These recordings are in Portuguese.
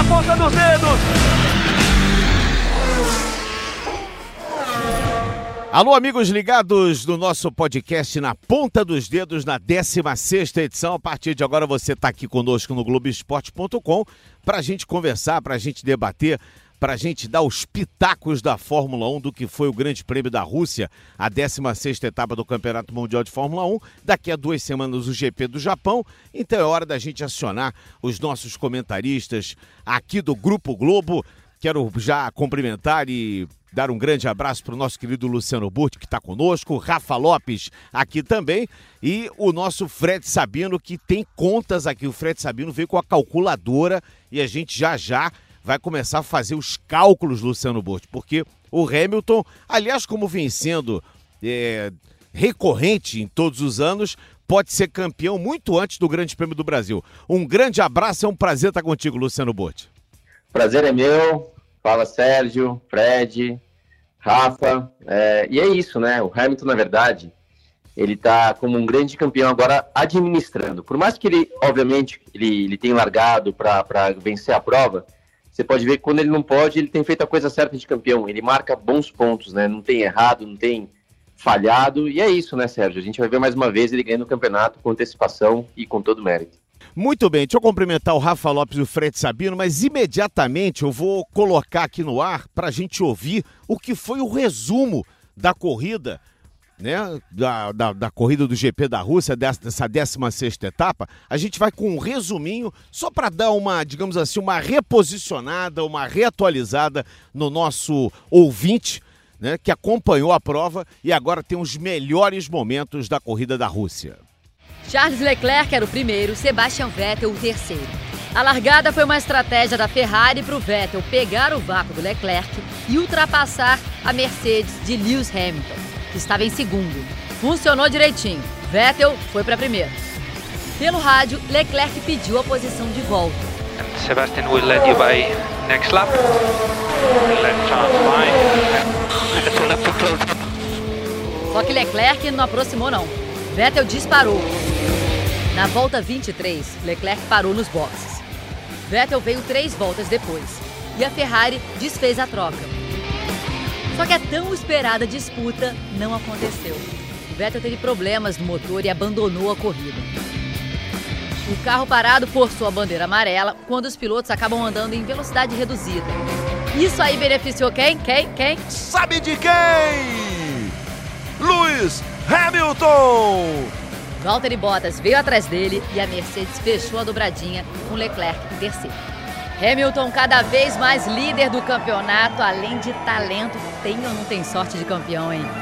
ponta dos dedos. Alô, amigos ligados no nosso podcast Na Ponta dos Dedos, na 16ª edição. A partir de agora você está aqui conosco no Globoesporte.com para a gente conversar, para a gente debater, para a gente dar os pitacos da Fórmula 1 do que foi o Grande Prêmio da Rússia, a 16ª etapa do Campeonato Mundial de Fórmula 1. Daqui a 2 semanas o GP do Japão. Então é hora da gente acionar os nossos comentaristas aqui do Grupo Globo. Quero já cumprimentar e dar um grande abraço para o nosso querido Luciano Burti, que está conosco, Rafa Lopes aqui também, e o nosso Fred Sabino, que tem contas aqui. O Fred Sabino veio com a calculadora e a gente já vai começar a fazer os cálculos, Luciano Burti, porque o Hamilton, aliás, como vem sendo recorrente em todos os anos, pode ser campeão muito antes do Grande Prêmio do Brasil. Um grande abraço, é um prazer estar contigo, Luciano Burti. Prazer é meu. Fala, Sérgio, Fred, Rafa. E é isso, né? O Hamilton, na verdade, ele tá como um grande campeão agora administrando. Por mais que ele, obviamente, ele tenha largado para vencer a prova, você pode ver que quando ele não pode, ele tem feito a coisa certa de campeão. Ele marca bons pontos, né? Não tem errado, não tem falhado. E é isso, né, Sérgio? A gente vai ver mais uma vez ele ganhando o campeonato com antecipação e com todo mérito. Muito bem, deixa eu cumprimentar o Rafa Lopes e o Fred Sabino, mas imediatamente eu vou colocar aqui no ar para a gente ouvir o que foi o resumo da corrida, né? Da corrida do GP da Rússia, dessa 16ª etapa. A gente vai com um resuminho, só para dar uma, digamos assim, uma reposicionada, uma reatualizada no nosso ouvinte, né? Que acompanhou a prova e agora tem os melhores momentos da corrida da Rússia. Charles Leclerc era o primeiro, Sebastian Vettel o terceiro. A largada foi uma estratégia da Ferrari para o Vettel pegar o vácuo do Leclerc e ultrapassar a Mercedes de Lewis Hamilton, que estava em segundo. Funcionou direitinho. Vettel foi para primeiro. Pelo rádio, Leclerc pediu a posição de volta. Sebastian will lead you by next lap. Left chance fine. Só que Leclerc não aproximou não. Vettel disparou. Na volta 23, Leclerc parou nos boxes. Vettel veio 3 voltas depois e a Ferrari desfez a troca. Só que a tão esperada disputa não aconteceu. Vettel teve problemas no motor e abandonou a corrida. O carro parado forçou a bandeira amarela quando os pilotos acabam andando em velocidade reduzida. Isso aí beneficiou quem? Sabe de quem? Lewis Hamilton! Valtteri Bottas veio atrás dele e a Mercedes fechou a dobradinha com Leclerc em terceiro. Hamilton cada vez mais líder do campeonato, além de talento, tem ou não tem sorte de campeão, hein?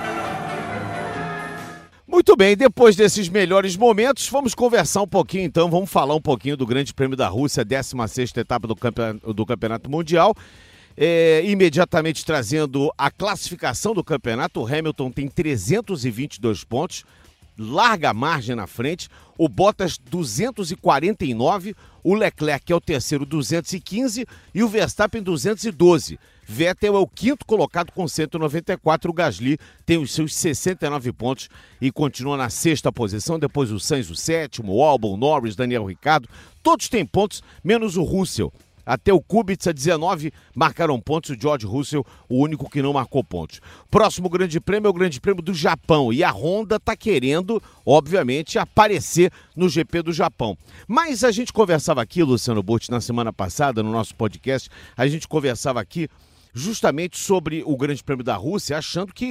Muito bem, depois desses melhores momentos, vamos conversar um pouquinho então, vamos falar um pouquinho do Grande Prêmio da Rússia, 16ª etapa do Campeonato Mundial. Imediatamente trazendo a classificação do campeonato, o Hamilton tem 322 pontos, larga margem na frente, o Bottas 249, o Leclerc é o terceiro 215 e o Verstappen 212. Vettel é o quinto colocado com 194, o Gasly tem os seus 69 pontos e continua na 6ª posição, depois o Sainz o 7º, o Albon, Norris, Daniel Ricciardo, todos têm pontos, menos o Russell. Até o Kubica, 19, marcaram pontos. O George Russell, o único que não marcou pontos. Próximo Grande Prêmio é o Grande Prêmio do Japão. E a Honda está querendo, obviamente, aparecer no GP do Japão. Mas a gente conversava aqui, Luciano Burti, na semana passada, no nosso podcast, a gente conversava aqui justamente sobre o Grande Prêmio da Rússia, achando que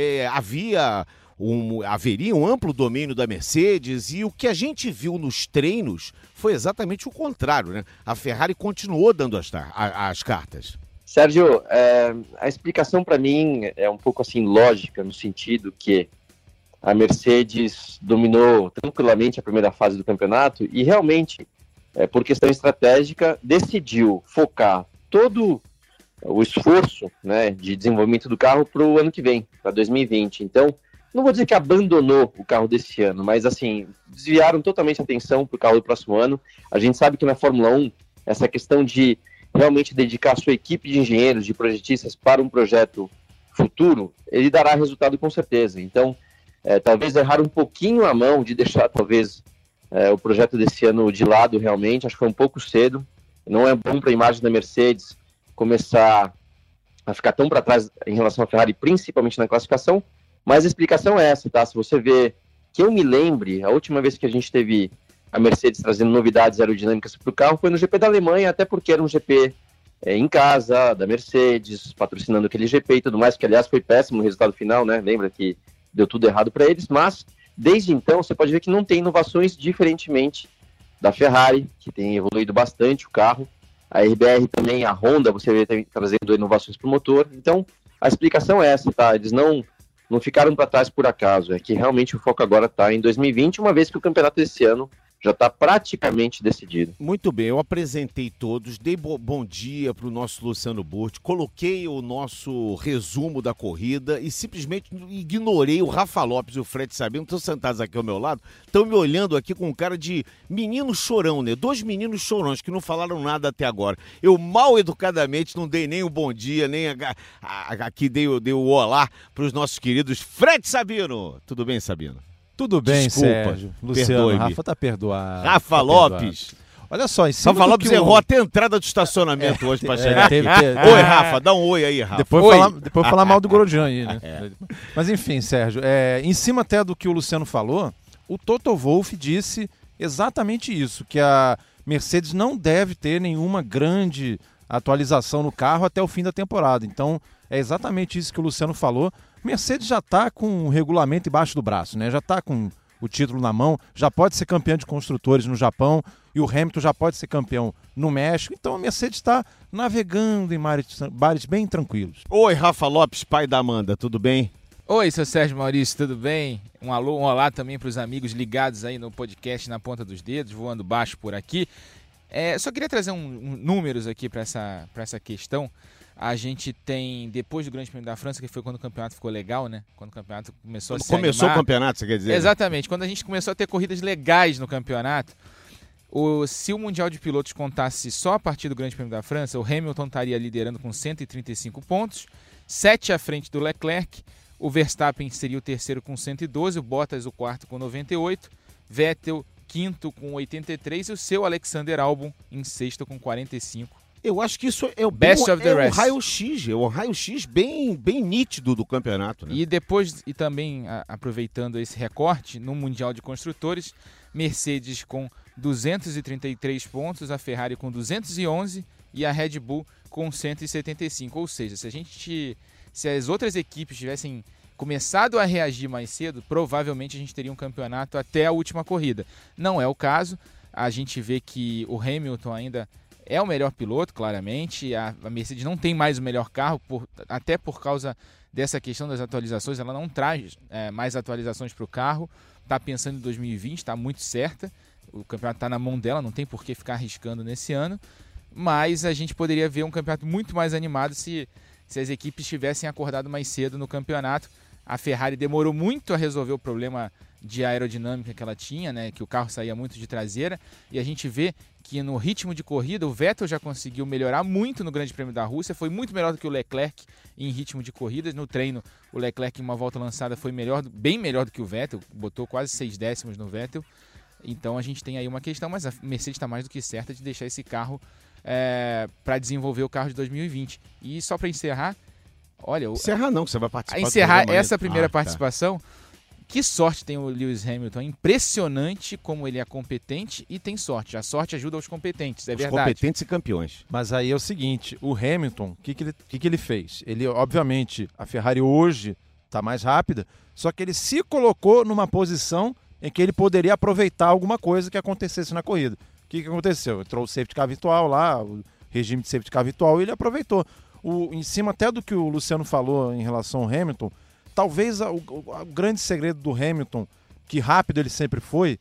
haveria um amplo domínio da Mercedes, e o que a gente viu nos treinos foi exatamente o contrário, né? A Ferrari continuou dando as cartas. Sérgio, a explicação para mim é um pouco assim lógica, no sentido que a Mercedes dominou tranquilamente a primeira fase do campeonato e realmente, por questão estratégica, decidiu focar todo o esforço, né, de desenvolvimento do carro para o ano que vem, para 2020. Então, não vou dizer que abandonou o carro desse ano, mas assim, desviaram totalmente a atenção para o carro do próximo ano. A gente sabe que na Fórmula 1, essa questão de realmente dedicar a sua equipe de engenheiros, de projetistas para um projeto futuro, ele dará resultado com certeza. Então, talvez errar um pouquinho a mão de deixar talvez o projeto desse ano de lado realmente, acho que foi um pouco cedo. Não é bom para a imagem da Mercedes começar a ficar tão para trás em relação à Ferrari, principalmente na classificação, mas a explicação é essa, tá? Se você vê, que eu me lembre, a última vez que a gente teve a Mercedes trazendo novidades aerodinâmicas para o carro foi no GP da Alemanha, até porque era um GP em casa, da Mercedes, patrocinando aquele GP e tudo mais, que aliás foi péssimo o resultado final, né? Lembra que deu tudo errado para eles, mas desde então você pode ver que não tem inovações, diferentemente da Ferrari, que tem evoluído bastante o carro. A RBR também, a Honda, você vê trazendo inovações para o motor. Então, a explicação é essa, tá? Eles não ficaram para trás por acaso, é que realmente o foco agora está em 2020, uma vez que o campeonato desse ano já está praticamente decidido. Muito bem, eu apresentei todos, dei bom dia para o nosso Luciano Burti, coloquei o nosso resumo da corrida e simplesmente ignorei o Rafa Lopes e o Fred Sabino, estão sentados aqui ao meu lado, estão me olhando aqui com cara de menino chorão, né? 2 meninos chorões que não falaram nada até agora. Eu mal educadamente não dei nem o bom dia, nem aqui dei o olá para os nossos queridos Fred Sabino. Tudo bem, Sabino? Tudo bem, desculpa, Sérgio. Luciano, Rafa tá perdoado. Rafa Lopes. Olha só, em cima Rafa Lopes errou até a entrada do estacionamento hoje pra chegar. Oi, Rafa, dá um oi aí, Rafa. Depois falar mal do Grosjean aí, né? Mas enfim, Sérgio, em cima até do que o Luciano falou, o Toto Wolff disse exatamente isso, que a Mercedes não deve ter nenhuma grande atualização no carro até o fim da temporada. Então, é exatamente isso que o Luciano falou. Mercedes já está com o regulamento embaixo do braço, né? Já está com o título na mão, já pode ser campeão de construtores no Japão e o Hamilton já pode ser campeão no México. Então a Mercedes está navegando em mares bem tranquilos. Oi, Rafa Lopes, pai da Amanda, tudo bem? Oi, seu Sérgio Maurício, tudo bem? Um alô, um olá também para os amigos ligados aí no podcast Na Ponta dos Dedos, voando baixo por aqui. Só queria trazer números aqui para essa questão. A gente tem, depois do Grande Prêmio da França, que foi quando o campeonato ficou legal, né? Quando o campeonato começou a se Começou animar. o campeonato, você quer dizer? Exatamente. Quando a gente começou a ter corridas legais no campeonato, se o Mundial de Pilotos contasse só a partir do Grande Prêmio da França, o Hamilton estaria liderando com 135 pontos, 7 à frente do Leclerc, o Verstappen seria o terceiro com 112, o Bottas o quarto com 98, Vettel quinto com 83 e o seu Alexander Albon em sexto com 45. Eu acho que isso é o Best of the rest. raio-x, bem nítido do campeonato, né? E depois, e também aproveitando esse recorte, no Mundial de Construtores, Mercedes com 233 pontos, a Ferrari com 211 e a Red Bull com 175. Ou seja, se as outras equipes tivessem começado a reagir mais cedo, provavelmente a gente teria um campeonato até a última corrida. Não é o caso, a gente vê que o Hamilton ainda é o melhor piloto, claramente. A Mercedes não tem mais o melhor carro, até por causa dessa questão das atualizações. Ela não traz mais atualizações para o carro. Está pensando em 2020, está muito certa. O campeonato está na mão dela, não tem por que ficar arriscando nesse ano. Mas a gente poderia ver um campeonato muito mais animado se as equipes tivessem acordado mais cedo no campeonato. A Ferrari demorou muito a resolver o problema de aerodinâmica que ela tinha, né, que o carro saía muito de traseira, e a gente vê que no ritmo de corrida o Vettel já conseguiu melhorar muito no Grande Prêmio da Rússia, foi muito melhor do que o Leclerc em ritmo de corridas. No treino, o Leclerc em uma volta lançada foi bem melhor do que o Vettel, botou quase 6 décimos no Vettel. Então a gente tem aí uma questão, mas a Mercedes está mais do que certa de deixar esse carro para desenvolver o carro de 2020. E só para encerrar, olha... Encerrar não, que você vai participar. Encerrar essa primeira participação... Que sorte tem o Lewis Hamilton, é impressionante como ele é competente e tem sorte. A sorte ajuda os competentes, é verdade. Os competentes e campeões. Mas aí é o seguinte, o Hamilton, o que ele fez? Ele, obviamente, a Ferrari hoje está mais rápida, só que ele se colocou numa posição em que ele poderia aproveitar alguma coisa que acontecesse na corrida. O que aconteceu? Entrou o safety car virtual lá, o regime de safety car virtual, e ele aproveitou. Em cima até do que o Luciano falou em relação ao Hamilton, talvez o grande segredo do Hamilton, que rápido ele sempre foi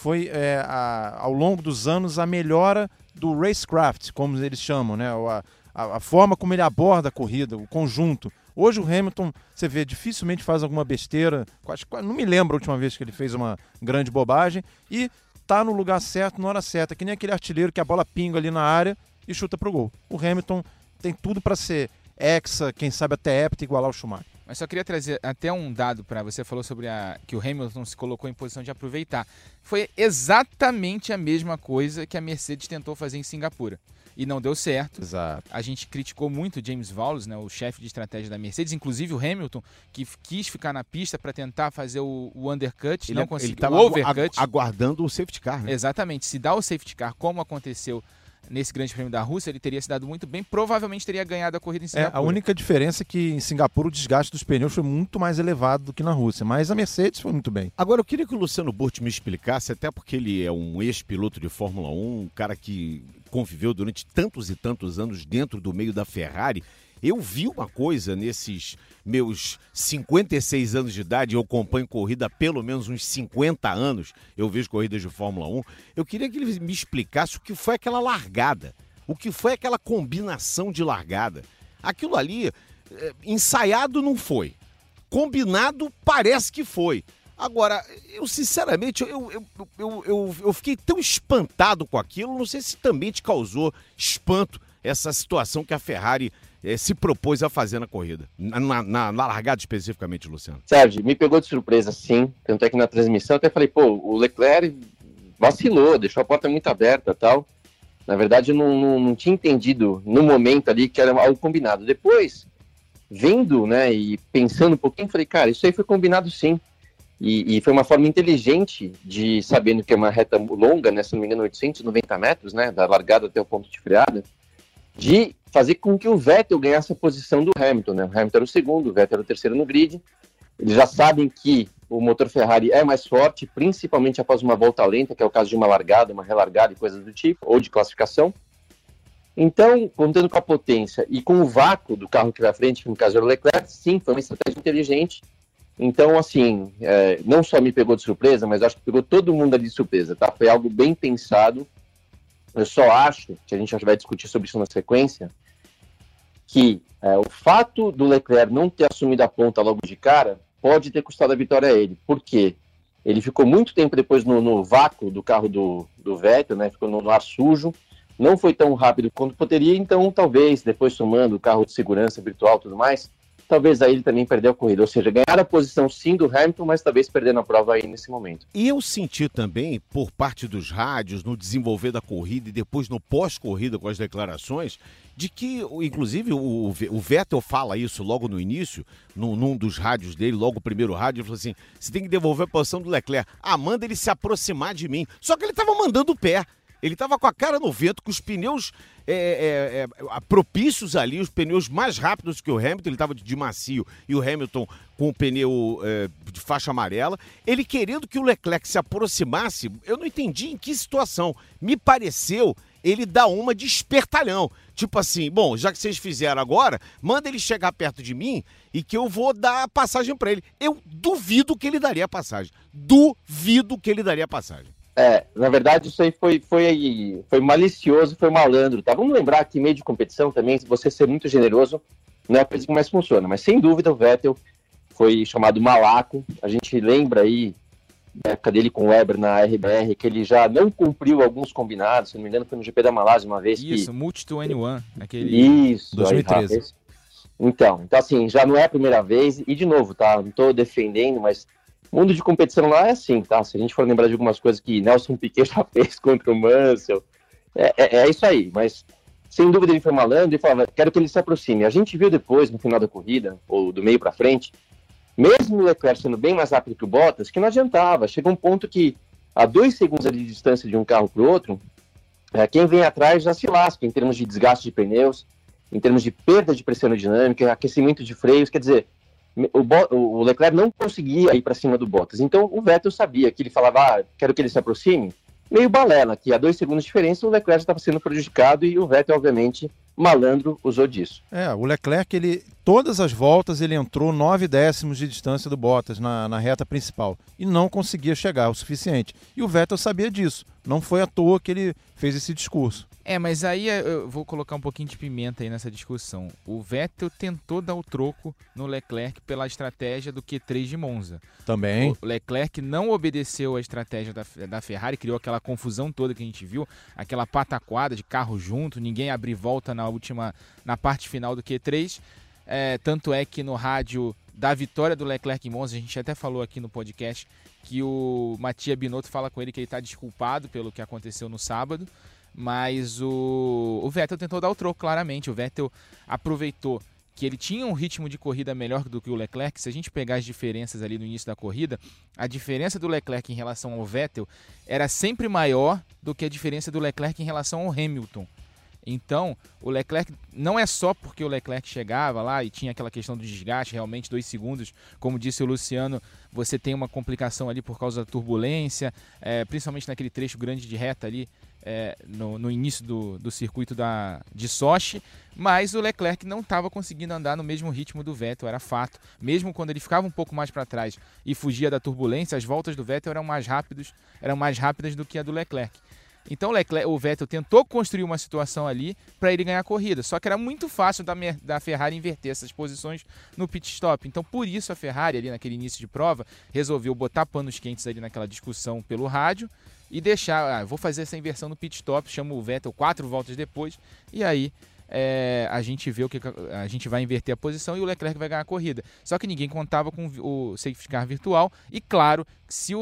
ao longo dos anos a melhora do racecraft, como eles chamam, né? A forma como ele aborda a corrida, o conjunto. Hoje o Hamilton, você vê, dificilmente faz alguma besteira, não me lembro a última vez que ele fez uma grande bobagem, e tá no lugar certo, na hora certa, que nem aquele artilheiro que a bola pinga ali na área e chuta pro gol. O Hamilton tem tudo para ser quem sabe até hepta, igualar o Schumacher. Mas só queria trazer até um dado para você. Falou sobre que o Hamilton se colocou em posição de aproveitar. Foi exatamente a mesma coisa que a Mercedes tentou fazer em Singapura. E não deu certo. Exato. A gente criticou muito o James Vowles, né, o chefe de estratégia da Mercedes, inclusive o Hamilton, que quis ficar na pista para tentar fazer o undercut, não conseguiu, o overcut. Aguardando o safety car, né? Exatamente. Se dá o safety car, como aconteceu nesse Grande Prêmio da Rússia, ele teria se dado muito bem, provavelmente teria ganhado a corrida em Singapura. A única diferença é que em Singapura o desgaste dos pneus foi muito mais elevado do que na Rússia, mas a Mercedes foi muito bem. Agora, eu queria que o Luciano Burti me explicasse, até porque ele é um ex-piloto de Fórmula 1, um cara que conviveu durante tantos e tantos anos dentro do meio da Ferrari. Eu vi uma coisa nesses meus 56 anos de idade, eu acompanho corrida há pelo menos uns 50 anos, eu vejo corridas de Fórmula 1. Eu queria que ele me explicasse o que foi aquela largada, o que foi aquela combinação de largada. Aquilo ali, ensaiado não foi, combinado parece que foi. Agora, eu sinceramente, eu fiquei tão espantado com aquilo, não sei se também te causou espanto essa situação que a Ferrari se propôs a fazer na corrida, na largada especificamente, Luciano. Sérgio, me pegou de surpresa, sim. Tanto é que na transmissão eu até falei, o Leclerc vacilou, deixou a porta muito aberta e tal. Na verdade, eu não tinha entendido no momento ali que era algo combinado. Depois, vendo, né, e pensando um pouquinho, falei, cara, isso aí foi combinado sim. E foi uma forma inteligente de, sabendo que é uma reta longa, né, se não me engano, 890 metros, né, da largada até o ponto de freada, de fazer com que o Vettel ganhasse a posição do Hamilton, né? O Hamilton era o segundo, o Vettel era o terceiro no grid. Eles já sabem que o motor Ferrari é mais forte, principalmente após uma volta lenta, que é o caso de uma largada, uma relargada e coisas do tipo, ou de classificação. Então, contando com a potência e com o vácuo do carro que vai à frente, que no caso era o Leclerc, sim, foi uma estratégia inteligente. Então, assim, não só me pegou de surpresa, mas acho que pegou todo mundo ali de surpresa, tá? Foi algo bem pensado. Eu só acho, que a gente já vai discutir sobre isso na sequência, que o fato do Leclerc não ter assumido a ponta logo de cara pode ter custado a vitória a ele. Por quê? Ele ficou muito tempo depois no vácuo do carro do Vettel, né? Ficou no ar sujo, não foi tão rápido quanto poderia, então talvez, depois somando o carro de segurança virtual e tudo mais, talvez aí ele também perdeu a corrida. Ou seja, ganhar a posição sim do Hamilton, mas talvez perdendo a prova aí nesse momento. E eu senti também, por parte dos rádios, no desenvolver da corrida e depois no pós-corrida com as declarações, de que, inclusive, o Vettel fala isso logo no início, num dos rádios dele, logo o primeiro rádio, ele falou assim, você tem que devolver a posição do Leclerc. Manda ele se aproximar de mim. Só que ele estava mandando o pé. Ele estava com a cara no vento, com os pneus propícios ali, os pneus mais rápidos que o Hamilton, ele estava de macio e o Hamilton com o pneu de faixa amarela. Ele querendo que o Leclerc se aproximasse, eu não entendi em que situação. Me pareceu ele dar uma de espertalhão. Tipo assim, bom, já que vocês fizeram agora, manda ele chegar perto de mim e que eu vou dar a passagem para ele. Eu duvido que ele daria a passagem. Duvido que ele daria a passagem. Na verdade, isso aí foi malicioso, foi malandro, tá? Vamos lembrar que em meio de competição também, se você ser muito generoso, não é a coisa que mais funciona. Mas sem dúvida o Vettel foi chamado malaco. A gente lembra aí da época dele com o Weber na RBR, que ele já não cumpriu alguns combinados, se não me engano foi no GP da Malásia uma vez. Isso, Multi-21, aquele... Isso, 2013. Aí, então assim, já não é a primeira vez, e de novo, tá? Não tô defendendo, mas o mundo de competição lá é assim, tá? Se a gente for lembrar de algumas coisas que Nelson Piquet já fez contra o Mansell, é isso aí, mas sem dúvida ele foi malandro e falava, quero que ele se aproxime. A gente viu depois, no final da corrida, ou do meio para frente, mesmo o Leclerc sendo bem mais rápido que o Bottas, que não adiantava. Chega um ponto que, a 2 segundos de distância de um carro para o outro, quem vem atrás já se lasca em termos de desgaste de pneus, em termos de perda de pressão aerodinâmica, aquecimento de freios, quer dizer, o Leclerc não conseguia ir para cima do Bottas. Então o Vettel sabia que ele falava, quero que ele se aproxime, meio balela, que a 2 segundos de diferença o Leclerc estava sendo prejudicado e o Vettel, obviamente, malandro, usou disso. O Leclerc, todas as voltas ele entrou 9 décimos de distância do Bottas na reta principal e não conseguia chegar o suficiente. E o Vettel sabia disso. Não foi à toa que ele fez esse discurso. Mas aí eu vou colocar um pouquinho de pimenta aí nessa discussão. O Vettel tentou dar o troco no Leclerc pela estratégia do Q3 de Monza. Também. O Leclerc não obedeceu a estratégia da Ferrari, criou aquela confusão toda que a gente viu, aquela pataquada de carro junto, ninguém abrir volta na parte final do Q3. Tanto é que no rádio da vitória do Leclerc em Monza. A gente até falou aqui no podcast que o Mattia Binotto fala com ele que ele está desculpado pelo que aconteceu no sábado, mas o Vettel tentou dar o troco claramente. O Vettel aproveitou que ele tinha um ritmo de corrida melhor do que o Leclerc. Se a gente pegar as diferenças ali no início da corrida, a diferença do Leclerc em relação ao Vettel era sempre maior do que a diferença do Leclerc em relação ao Hamilton. Então, o Leclerc, não é só porque o Leclerc chegava lá e tinha aquela questão do desgaste, realmente 2 segundos, como disse o Luciano, você tem uma complicação ali por causa da turbulência, principalmente naquele trecho grande de reta ali, no início do circuito de Sochi, mas o Leclerc não estava conseguindo andar no mesmo ritmo do Vettel, era fato. Mesmo quando ele ficava um pouco mais para trás e fugia da turbulência, as voltas do Vettel eram mais rápidas do que a do Leclerc. Então o Vettel tentou construir uma situação ali para ele ganhar a corrida, só que era muito fácil da Ferrari inverter essas posições no pit stop. Então por isso a Ferrari ali naquele início de prova resolveu botar panos quentes ali naquela discussão pelo rádio e deixar, vou fazer essa inversão no pit stop, chamo o Vettel 4 voltas depois e aí a gente vê a gente vai inverter a posição e o Leclerc vai ganhar a corrida. Só que ninguém contava com o safety car virtual e claro, se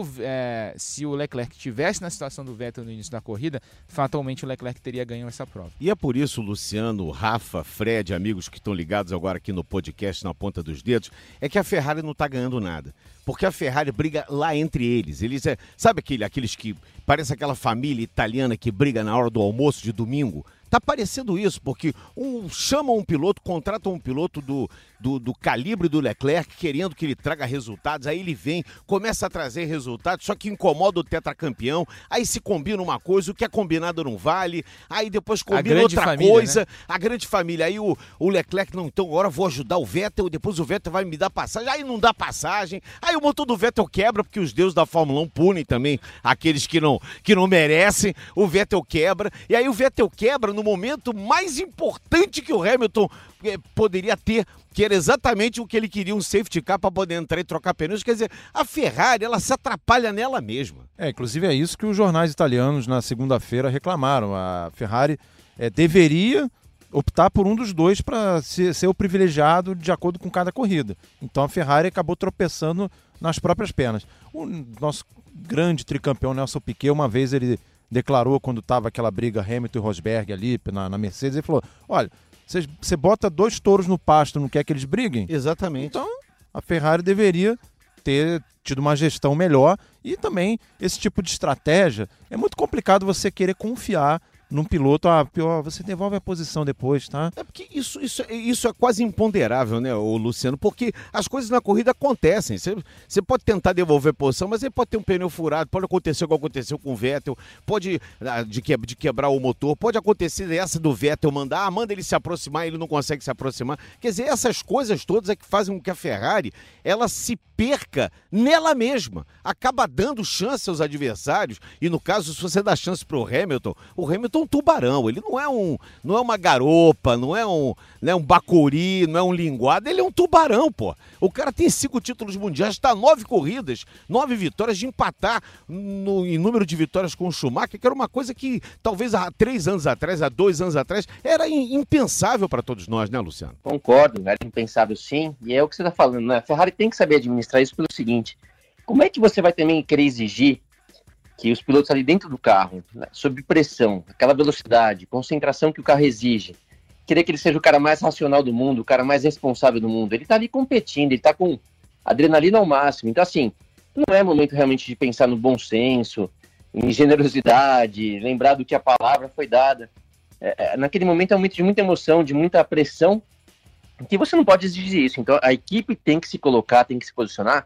o Leclerc estivesse na situação do Vettel no início da corrida, fatalmente o Leclerc teria ganho essa prova. E é por isso, Luciano, Rafa, Fred, amigos que estão ligados agora aqui no podcast na ponta dos dedos, é que a Ferrari não está ganhando nada. Porque a Ferrari briga lá entre eles. Sabe aqueles que parece aquela família italiana que briga na hora do almoço de domingo? Tá parecendo isso, porque chamam um piloto, contratam um piloto do calibre do Leclerc, querendo que ele traga resultados, aí ele vem, começa a trazer resultados, só que incomoda o tetracampeão, aí se combina uma coisa, o que é combinado não vale, aí depois combina outra família, coisa, né? A grande família, aí o Leclerc, não, então agora eu vou ajudar o Vettel, depois o Vettel vai me dar passagem, aí não dá passagem, aí o motor do Vettel quebra, porque os deuses da Fórmula 1 punem também aqueles que não merecem, o Vettel quebra, e aí o Vettel quebra no momento mais importante que o Hamilton poderia ter, que era exatamente o que ele queria, um safety car para poder entrar e trocar pneus. Quer dizer, a Ferrari, ela se atrapalha nela mesma. Inclusive é isso que os jornais italianos na segunda-feira reclamaram. A Ferrari deveria optar por um dos dois para ser o privilegiado de acordo com cada corrida. Então a Ferrari acabou tropeçando nas próprias pernas. O nosso grande tricampeão Nelson Piquet, uma vez ele declarou, quando estava aquela briga Hamilton e Rosberg ali na Mercedes, ele falou, olha, você bota 2 touros no pasto, não quer que eles briguem? Exatamente. Então a Ferrari deveria ter tido uma gestão melhor e também esse tipo de estratégia, é muito complicado você querer confiar num piloto, você devolve a posição depois, tá? É porque isso é quase imponderável, né, o Luciano? Porque as coisas na corrida acontecem. Você pode tentar devolver a posição, mas aí pode ter um pneu furado, pode acontecer o que aconteceu com o Vettel, pode de quebrar o motor, pode acontecer essa do Vettel manda ele se aproximar, ele não consegue se aproximar. Quer dizer, essas coisas todas é que fazem com que a Ferrari, ela se perca nela mesma, acaba dando chance aos adversários, e no caso, se você dá chance para o Hamilton é um tubarão, ele não é uma garopa, não é um bacuri, não é um linguado, ele é um tubarão, pô. O cara tem 5 títulos mundiais, está 9 corridas, 9 vitórias, de empatar em número de vitórias com o Schumacher, que era uma coisa que talvez há 3 anos atrás, há 2 anos atrás, era impensável para todos nós, né, Luciano? Concordo, era impensável sim, e é o que você está falando, né? A Ferrari tem que saber administrar isso pelo seguinte, como é que você vai também querer exigir que os pilotos ali dentro do carro, né, sob pressão, aquela velocidade, concentração que o carro exige, querer que ele seja o cara mais racional do mundo, o cara mais responsável do mundo, ele tá ali competindo, ele tá com adrenalina ao máximo, então assim, não é momento realmente de pensar no bom senso, em generosidade, lembrar do que a palavra foi dada, naquele momento é um momento de muita emoção, de muita pressão, que você não pode exigir isso, então a equipe tem que se colocar, tem que se posicionar.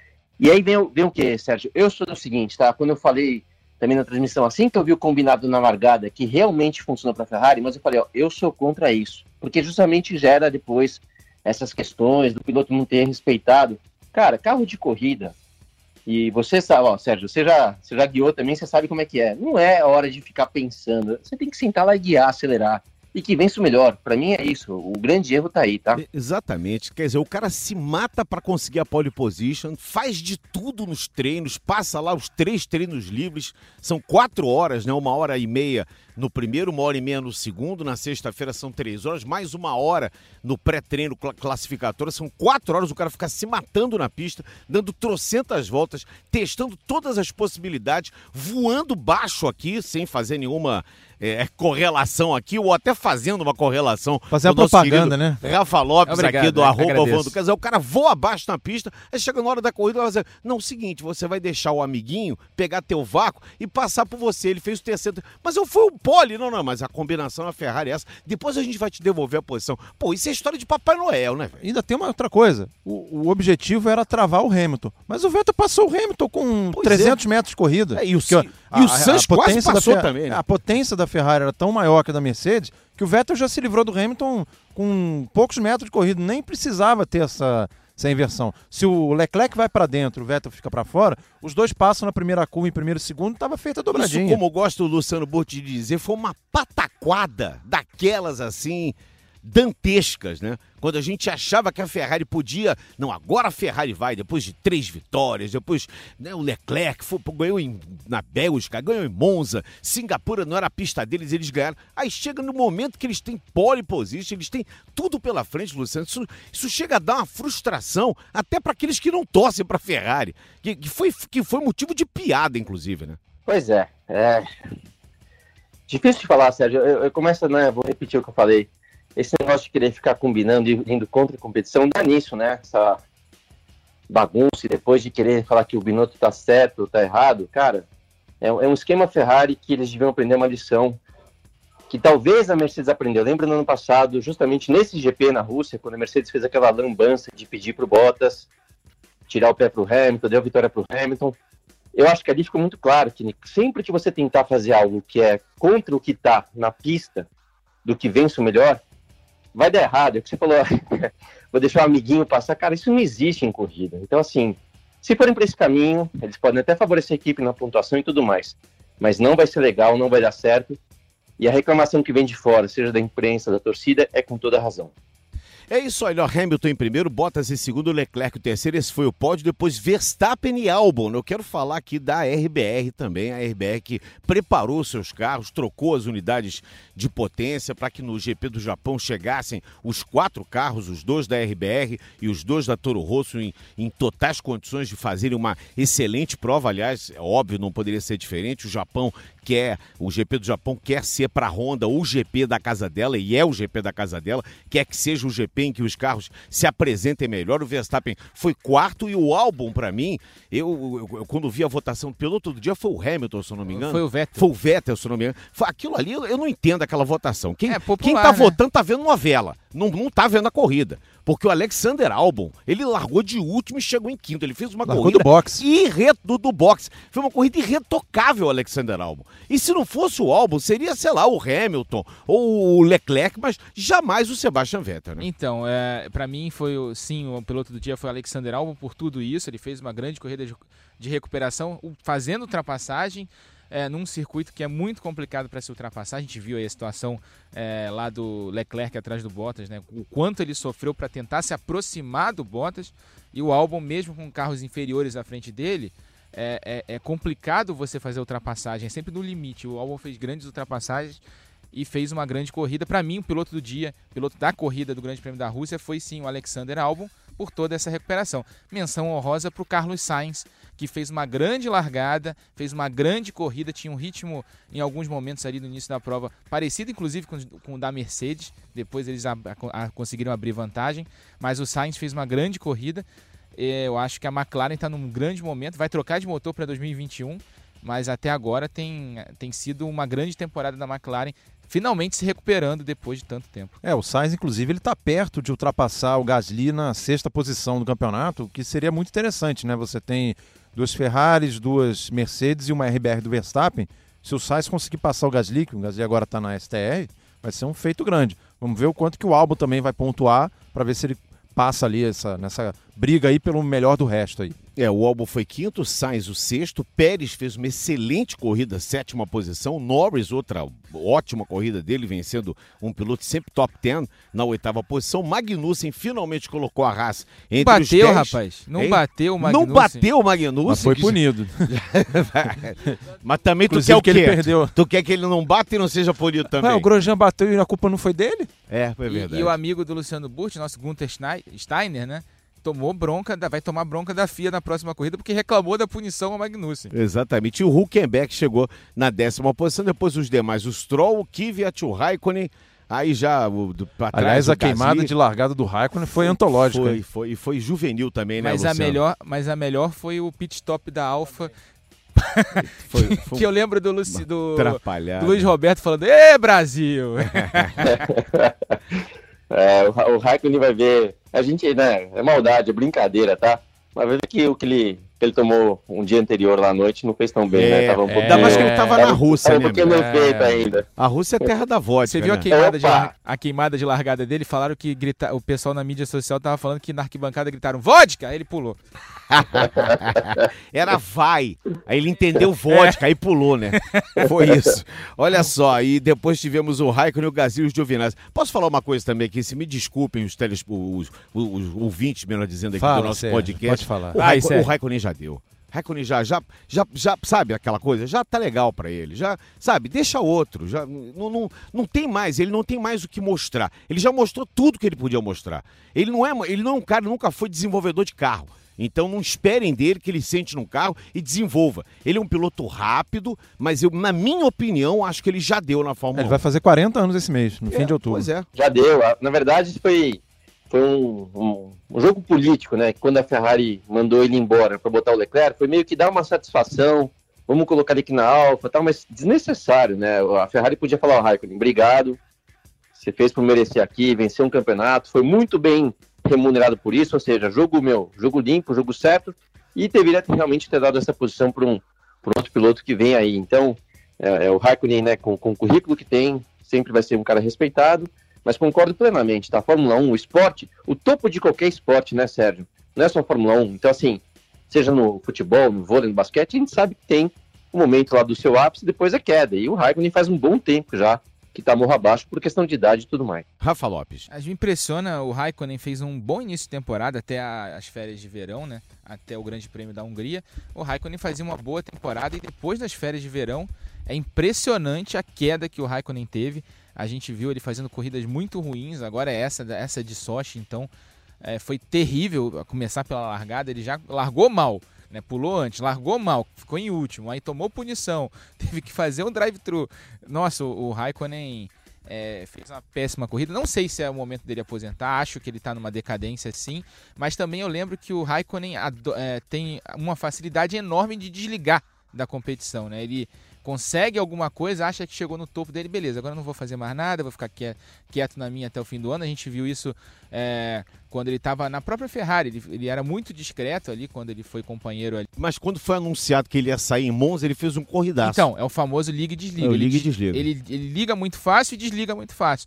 E aí vem o que, Sérgio? Eu sou do seguinte, tá? Quando eu falei também na transmissão, assim que eu vi o combinado na largada, que realmente funcionou para a Ferrari, mas eu falei, eu sou contra isso. Porque justamente gera depois essas questões do piloto não ter respeitado. Cara, carro de corrida, e você sabe, Sérgio, você já guiou também, você sabe como é que é. Não é hora de ficar pensando, você tem que sentar lá e guiar, acelerar. E que vença o melhor. Pra mim é isso. O grande erro tá aí, tá? Exatamente. Quer dizer, o cara se mata pra conseguir a pole position, faz de tudo nos treinos, passa lá os 3 treinos livres, são 4 horas, né? 1h30 no primeiro, 1h30 no segundo, na sexta-feira são 3 horas, mais 1 hora no pré-treino classificatório, são 4 horas, o cara fica se matando na pista, dando trocentas voltas, testando todas as possibilidades, voando baixo aqui, sem fazer nenhuma correlação aqui, ou até fazendo uma correlação. Fazer a propaganda, né? Rafa Lopes, Obrigado, aqui do agradeço. @Vando. O cara voa abaixo na pista, aí chega na hora da corrida, vai dizer, não, seguinte, você vai deixar o amiguinho pegar teu vácuo e passar por você. Ele fez o terceiro, mas eu fui o pole. Não, mas a combinação na Ferrari é essa. Depois a gente vai te devolver a posição. Pô, isso é história de Papai Noel, né, velho? Ainda tem uma outra coisa. O objetivo era travar o Hamilton. Mas o Vettel passou o Hamilton com 300 metros de corrida. E o Sainz quase passou também, né? A potência da Ferrari era tão maior que a da Mercedes que o Vettel já se livrou do Hamilton com poucos metros de corrida. Nem precisava ter essa inversão. Se o Leclerc vai para dentro, o Vettel fica para fora, os dois passam na primeira curva, em primeiro e segundo, estava feita a dobradinha. Isso, como gosta o Luciano Burti de dizer, foi uma pataquada daquelas assim, dantescas, né? Quando a gente achava que a Ferrari podia... Não, agora a Ferrari vai, depois de 3 vitórias, depois, né, o Leclerc ganhou na Bélgica, ganhou em Monza, Singapura não era a pista deles, eles ganharam. Aí chega no momento que eles têm pole position, eles têm tudo pela frente, Luciano. Isso chega a dar uma frustração até para aqueles que não torcem para a Ferrari, que foi motivo de piada, inclusive, né? Pois é. Difícil de falar, Sérgio. Eu começo, né? Vou repetir o que eu falei. Esse negócio de querer ficar combinando e indo contra a competição dá nisso, né? Essa bagunça e depois de querer falar que o Binotto tá certo ou tá errado, cara, é um esquema Ferrari que eles deviam aprender uma lição que talvez a Mercedes aprendeu. Lembra no ano passado, justamente nesse GP na Rússia, quando a Mercedes fez aquela lambança de pedir pro Bottas tirar o pé pro Hamilton, deu vitória pro Hamilton. Eu acho que ali ficou muito claro que sempre que você tentar fazer algo que é contra o que tá na pista, do que vence o melhor, vai dar errado. É o que você falou, vou deixar o amiguinho passar. Cara, isso não existe em corrida. Então, assim, se forem para esse caminho, eles podem até favorecer a equipe na pontuação e tudo mais. Mas não vai ser legal, não vai dar certo. E a reclamação que vem de fora, seja da imprensa, da torcida, é com toda razão. É isso aí, ó, Hamilton em primeiro, Bottas em segundo, Leclerc em terceiro, esse foi o pódio, depois Verstappen e Albon. Eu quero falar aqui da RBR também, a RBR que preparou seus carros, trocou as unidades de potência para que no GP do Japão chegassem os 4 carros, os 2 da RBR e os 2 da Toro Rosso em totais condições de fazerem uma excelente prova. Aliás, é óbvio, não poderia ser diferente, o GP do Japão quer ser para a Honda o GP da casa dela, e é o GP da casa dela, quer que seja o GP em que os carros se apresentem melhor. O Verstappen foi 4º e o Albon, para mim, eu quando vi a votação do piloto do dia, foi o Hamilton, se eu não me engano. Foi o Vettel. Foi o Vettel, se eu não me engano. Aquilo ali, eu não entendo aquela votação. Quem popular, tá né? votando tá vendo novela, não tá vendo a corrida. Porque o Alexander Albon, ele largou de último e chegou em 5º. Ele fez uma corrida do boxe. do boxe. Foi uma corrida irretocável, o Alexander Albon. E se não fosse o Albon, seria, sei lá, o Hamilton ou o Leclerc, mas jamais o Sebastian Vettel, né? Então, para mim o piloto do dia foi o Alexander Albon por tudo isso. Ele fez uma grande corrida de recuperação, fazendo ultrapassagem num circuito que é muito complicado para se ultrapassar. A gente viu aí a situação lá do Leclerc atrás do Bottas, né? O quanto ele sofreu para tentar se aproximar do Bottas, e o Albon, mesmo com carros inferiores à frente dele, é complicado você fazer ultrapassagem, é sempre no limite. O Albon fez grandes ultrapassagens e fez uma grande corrida. Para mim, o piloto do dia, piloto da corrida do Grande Prêmio da Rússia, foi sim o Alexander Albon, por toda essa recuperação. Menção honrosa para o Carlos Sainz, que fez uma grande largada, fez uma grande corrida, tinha um ritmo em alguns momentos ali no início da prova, parecido inclusive com o da Mercedes, depois eles conseguiram abrir vantagem, mas o Sainz fez uma grande corrida. Eu acho que a McLaren está num grande momento, vai trocar de motor para 2021, mas até agora tem sido uma grande temporada da McLaren, finalmente se recuperando depois de tanto tempo. O Sainz, inclusive, ele está perto de ultrapassar o Gasly na 6ª posição do campeonato, o que seria muito interessante, né? Você tem 2 Ferraris, 2 Mercedes e uma RBR do Verstappen. Se o Sainz conseguir passar o Gasly, que o Gasly agora está na STR, vai ser um feito grande. Vamos ver o quanto que o Albon também vai pontuar para ver se ele passa ali nessa briga aí pelo melhor do resto aí. O Albon foi quinto, Sainz o sexto, Pérez fez uma excelente corrida, 7ª posição, Norris, outra ótima corrida dele, vencendo um piloto sempre top 10 na 8ª posição, Magnussen finalmente colocou a Haas entre os 10. Rapaz, não bateu o Magnussen. Não bateu o Magnussen. Mas foi punido. Mas também tu Inclusive quer o quê? que ele perdeu. Tu quer que ele não bata e não seja punido também? O Grosjean bateu e a culpa não foi dele? Foi verdade. E o amigo do Luciano Burti, nosso Gunther Steiner, né? Vai tomar bronca da FIA na próxima corrida porque reclamou da punição ao Magnussen. Exatamente. E o Hülkenberg chegou na 10ª posição, depois os demais, o Stroll, o Kvyat, o Raikkonen, aí já pra trás. Aliás, a queimada de largada do Raikkonen foi antológica. Foi juvenil também, né, mas Luciano? Mas a melhor foi o pit stop da Alfa. Que eu lembro do Luiz Roberto falando: "Ê, Brasil!" O Raikkonen vai ver. A gente, né? É maldade, é brincadeira, tá? Mas vai ver que o que ele tomou um dia anterior lá à noite não fez tão bem, né? Tava um pouquinho. Ainda mais que ele tava na Rússia, né? Um pouquinho feito ainda. A Rússia é terra da vodka. Você viu né? a queimada de largada dele? Falaram que o pessoal na mídia social tava falando que na arquibancada gritaram vodka, aí ele pulou. Era vai. Aí ele entendeu vodka, aí pulou, né? Foi isso. Olha só, e depois tivemos o Raikkonen e o Gasly e os Giovinazzi. Posso falar uma coisa também aqui? Se me desculpem os ouvintes, melhor dizendo, aqui do nosso podcast. Pode falar. O Raikkonen já deu. Raikkonen já, sabe aquela coisa? Já tá legal pra ele. Já, sabe, deixa outro. Já, não tem mais, ele não tem mais o que mostrar. Ele já mostrou tudo que ele podia mostrar. Ele não é um cara, nunca foi desenvolvedor de carro. Então não esperem dele que ele sente num carro e desenvolva. Ele é um piloto rápido, mas eu, na minha opinião, acho que ele já deu na Fórmula 1. Ele vai fazer 40 anos esse mês, no fim de outubro. Pois é. Já deu. Na verdade, foi um jogo político, né? Quando a Ferrari mandou ele embora para botar o Leclerc, foi meio que dar uma satisfação. Vamos colocar ele aqui na Alfa, tal, mas desnecessário, né? A Ferrari podia falar: Raikkonen, obrigado. Você fez por merecer aqui, venceu um campeonato, foi muito bem remunerado por isso, ou seja, jogo limpo, jogo certo, e deveria realmente ter dado essa posição para um outro piloto que vem aí. Então, o Raikkonen, né, com o currículo que tem, sempre vai ser um cara respeitado, mas concordo plenamente, tá? Fórmula 1, o esporte, o topo de qualquer esporte, né, Sérgio? Não é só Fórmula 1, então assim, seja no futebol, no vôlei, no basquete, a gente sabe que tem um momento lá do seu ápice, depois é queda, e o Raikkonen faz um bom tempo já que tá morro abaixo por questão de idade e tudo mais. Rafa Lopes. A gente impressiona, o Raikkonen fez um bom início de temporada até as férias de verão, né? Até o Grande Prêmio da Hungria. O Raikkonen fazia uma boa temporada e depois das férias de verão é impressionante a queda que o Raikkonen teve. A gente viu ele fazendo corridas muito ruins, agora é essa de Sochi, então foi terrível a começar pela largada, ele já largou mal. Né, pulou antes, largou mal, ficou em último, aí tomou punição, teve que fazer um drive-thru. Nossa, o Raikkonen fez uma péssima corrida. Não sei se é o momento dele aposentar, acho que ele está numa decadência sim, mas também eu lembro que o Raikkonen tem uma facilidade enorme de desligar da competição. Né? Ele consegue alguma coisa, acha que chegou no topo dele, beleza, agora não vou fazer mais nada, vou ficar quieto na minha até o fim do ano. A gente viu isso quando ele estava na própria Ferrari, ele era muito discreto ali quando ele foi companheiro ali. Mas quando foi anunciado que ele ia sair em Monza, ele fez um corridaço. Então, é o famoso liga e desliga. Liga e desliga. Ele liga muito fácil e desliga muito fácil.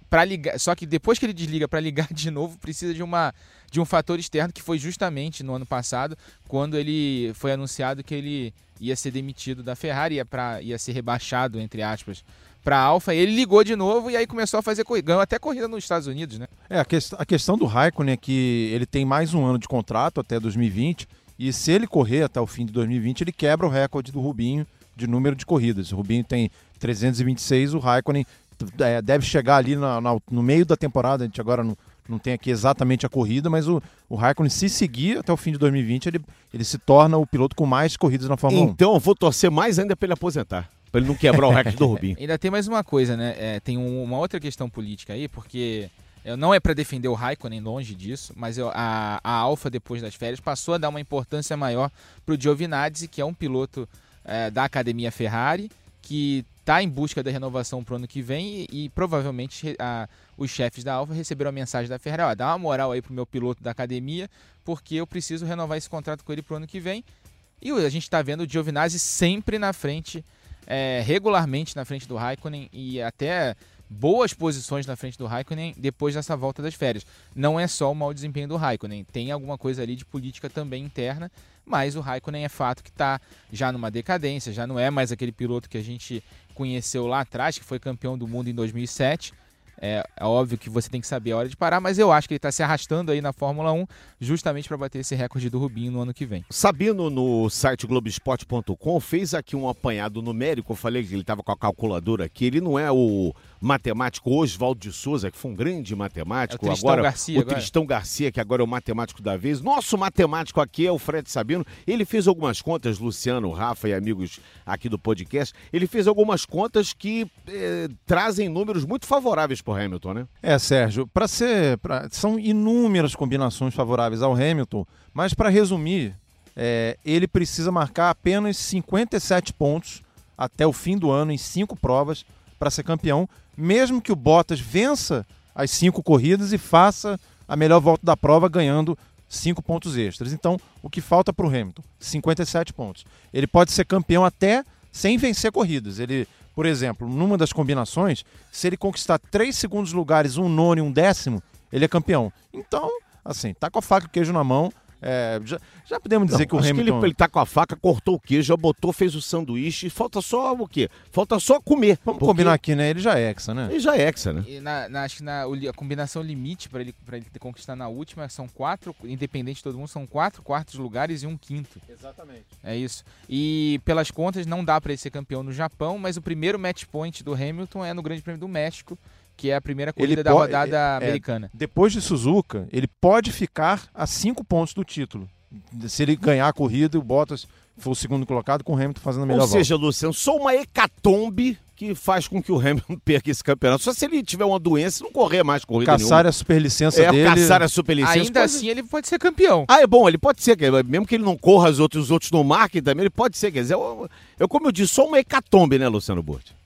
Só que depois que ele desliga para ligar de novo, precisa de um fator externo, que foi justamente no ano passado, quando ele foi anunciado que ele ia ser demitido da Ferrari, ia ser rebaixado, entre aspas, para a Alfa. Ele ligou de novo e aí começou a fazer corrida. Ganhou até corrida nos Estados Unidos, né? A questão do Raikkonen é que ele tem mais um ano de contrato até 2020, e se ele correr até o fim de 2020, ele quebra o recorde do Rubinho de número de corridas. O Rubinho tem 326, o Raikkonen deve chegar ali no meio da temporada. A gente agora não tem aqui exatamente a corrida, mas o Raikkonen, se seguir até o fim de 2020, ele se torna o piloto com mais corridas na Fórmula 1. Então eu vou torcer mais ainda para ele aposentar, para ele não quebrar o recorde do Rubinho. Ainda tem mais uma coisa, né? Tem uma outra questão política aí, porque não é para defender o Raikkonen, longe disso, mas a Alfa, depois das férias, passou a dar uma importância maior para o Giovinazzi, que é um piloto da Academia Ferrari, que está em busca da renovação para o ano que vem e provavelmente os chefes da Alfa receberam a mensagem da Ferrari: dá uma moral aí pro meu piloto da academia, porque eu preciso renovar esse contrato com ele para o ano que vem. E a gente está vendo o Giovinazzi sempre na frente regularmente na frente do Raikkonen e até boas posições na frente do Raikkonen depois dessa volta das férias. Não é só o mau desempenho do Raikkonen, tem alguma coisa ali de política também interna, mas o Raikkonen é fato que está já numa decadência, já não é mais aquele piloto que a gente conheceu lá atrás, que foi campeão do mundo em 2007. É óbvio que você tem que saber a hora de parar, mas eu acho que ele está se arrastando aí na Fórmula 1 justamente para bater esse recorde do Rubinho no ano que vem. Sabino, no site Globoesporte.com, fez aqui um apanhado numérico. Eu falei que ele estava com a calculadora aqui. Ele não é o matemático Oswaldo de Souza, que foi um grande matemático. É o Tristão Garcia. Tristão Garcia, que agora é o matemático da vez. Nosso matemático aqui é o Fred Sabino. Ele fez algumas contas, Luciano, Rafa e amigos aqui do podcast. Ele fez algumas contas que trazem números muito favoráveis para o Hamilton, né? Sérgio, são inúmeras combinações favoráveis ao Hamilton, mas para resumir, ele precisa marcar apenas 57 pontos até o fim do ano em 5 provas para ser campeão, mesmo que o Bottas vença as 5 corridas e faça a melhor volta da prova ganhando 5 pontos extras. Então, o que falta para o Hamilton? 57 pontos. Ele pode ser campeão até sem vencer corridas. Ele, por exemplo, numa das combinações, se ele conquistar 3 segundos lugares, um nono e um décimo, ele é campeão. Então, assim, tá com a faca e o queijo na mão. Já podemos dizer que o Hamilton... Que ele tá com a faca, cortou o queijo, já botou, fez o sanduíche, falta só o quê? Falta só comer. Vamos combinar aqui, né? Ele já é hexa, né? Ele já é hexa, né? E acho que a combinação limite para ele conquistar na última são 4, independente de todo mundo, são 4 quartos lugares e um quinto. Exatamente. É isso. E pelas contas não dá para ele ser campeão no Japão, mas o primeiro match point do Hamilton é no Grande Prêmio do México, que é a primeira corrida da rodada americana. Depois de Suzuka, ele pode ficar a 5 pontos do título. Se ele ganhar a corrida e o Bottas for o segundo colocado, com o Hamilton fazendo a melhor volta. Ou seja, Luciano, só uma hecatombe que faz com que o Hamilton perca esse campeonato. Só se ele tiver uma doença e não correr mais corrida nenhuma. Caçar a superlicença dele. Caçar a superlicença. Ainda assim ele pode ser campeão. É bom, ele pode ser. Mesmo que ele não corra, os outros não marquem também, ele pode ser. Quer dizer, como eu disse, só uma hecatombe, né, Luciano Burti?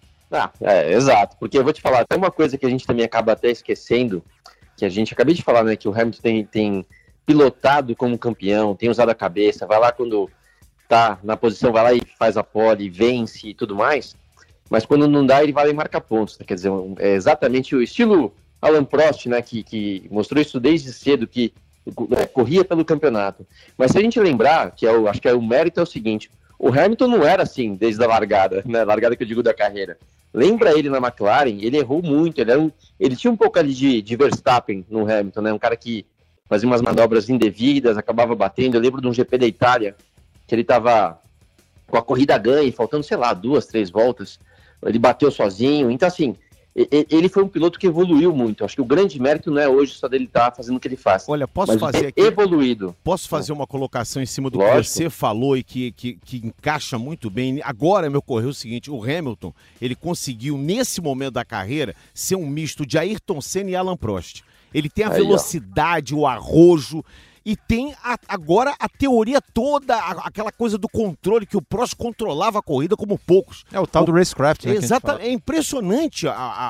Exato, porque eu vou te falar, tem uma coisa que a gente também acaba até esquecendo, que a gente acabei de falar, né, que o Hamilton tem pilotado como campeão, tem usado a cabeça, vai lá quando tá na posição, vai lá e faz a pole, vence e tudo mais, mas quando não dá, ele vai lá e marca pontos, né? Quer dizer, é exatamente o estilo Alan Prost, né, que mostrou isso desde cedo, que corria pelo campeonato. Mas se a gente lembrar, acho que o mérito é o seguinte, o Hamilton não era assim desde a largada, né, largada que eu digo da carreira. Lembra ele na McLaren, ele errou muito, ele tinha um pouco ali de Verstappen no Hamilton, né? Um cara que fazia umas manobras indevidas, acabava batendo. Eu lembro de um GP da Itália, que ele estava com a corrida ganha, faltando, 2, 3 voltas, ele bateu sozinho. Então, assim, ele foi um piloto que evoluiu muito. Acho que o grande mérito não é hoje só dele estar fazendo o que ele faz. Olha, posso fazer aqui... evoluído. Posso fazer uma colocação em cima do que você falou e que encaixa muito bem. Agora me ocorreu o seguinte, o Hamilton, ele conseguiu, nesse momento da carreira, ser um misto de Ayrton Senna e Alan Prost. Ele tem a velocidade, o arrojo... E tem agora a teoria toda, aquela coisa do controle, que o Prost controlava a corrida como poucos. É o tal do racecraft, né? Exatamente. É impressionante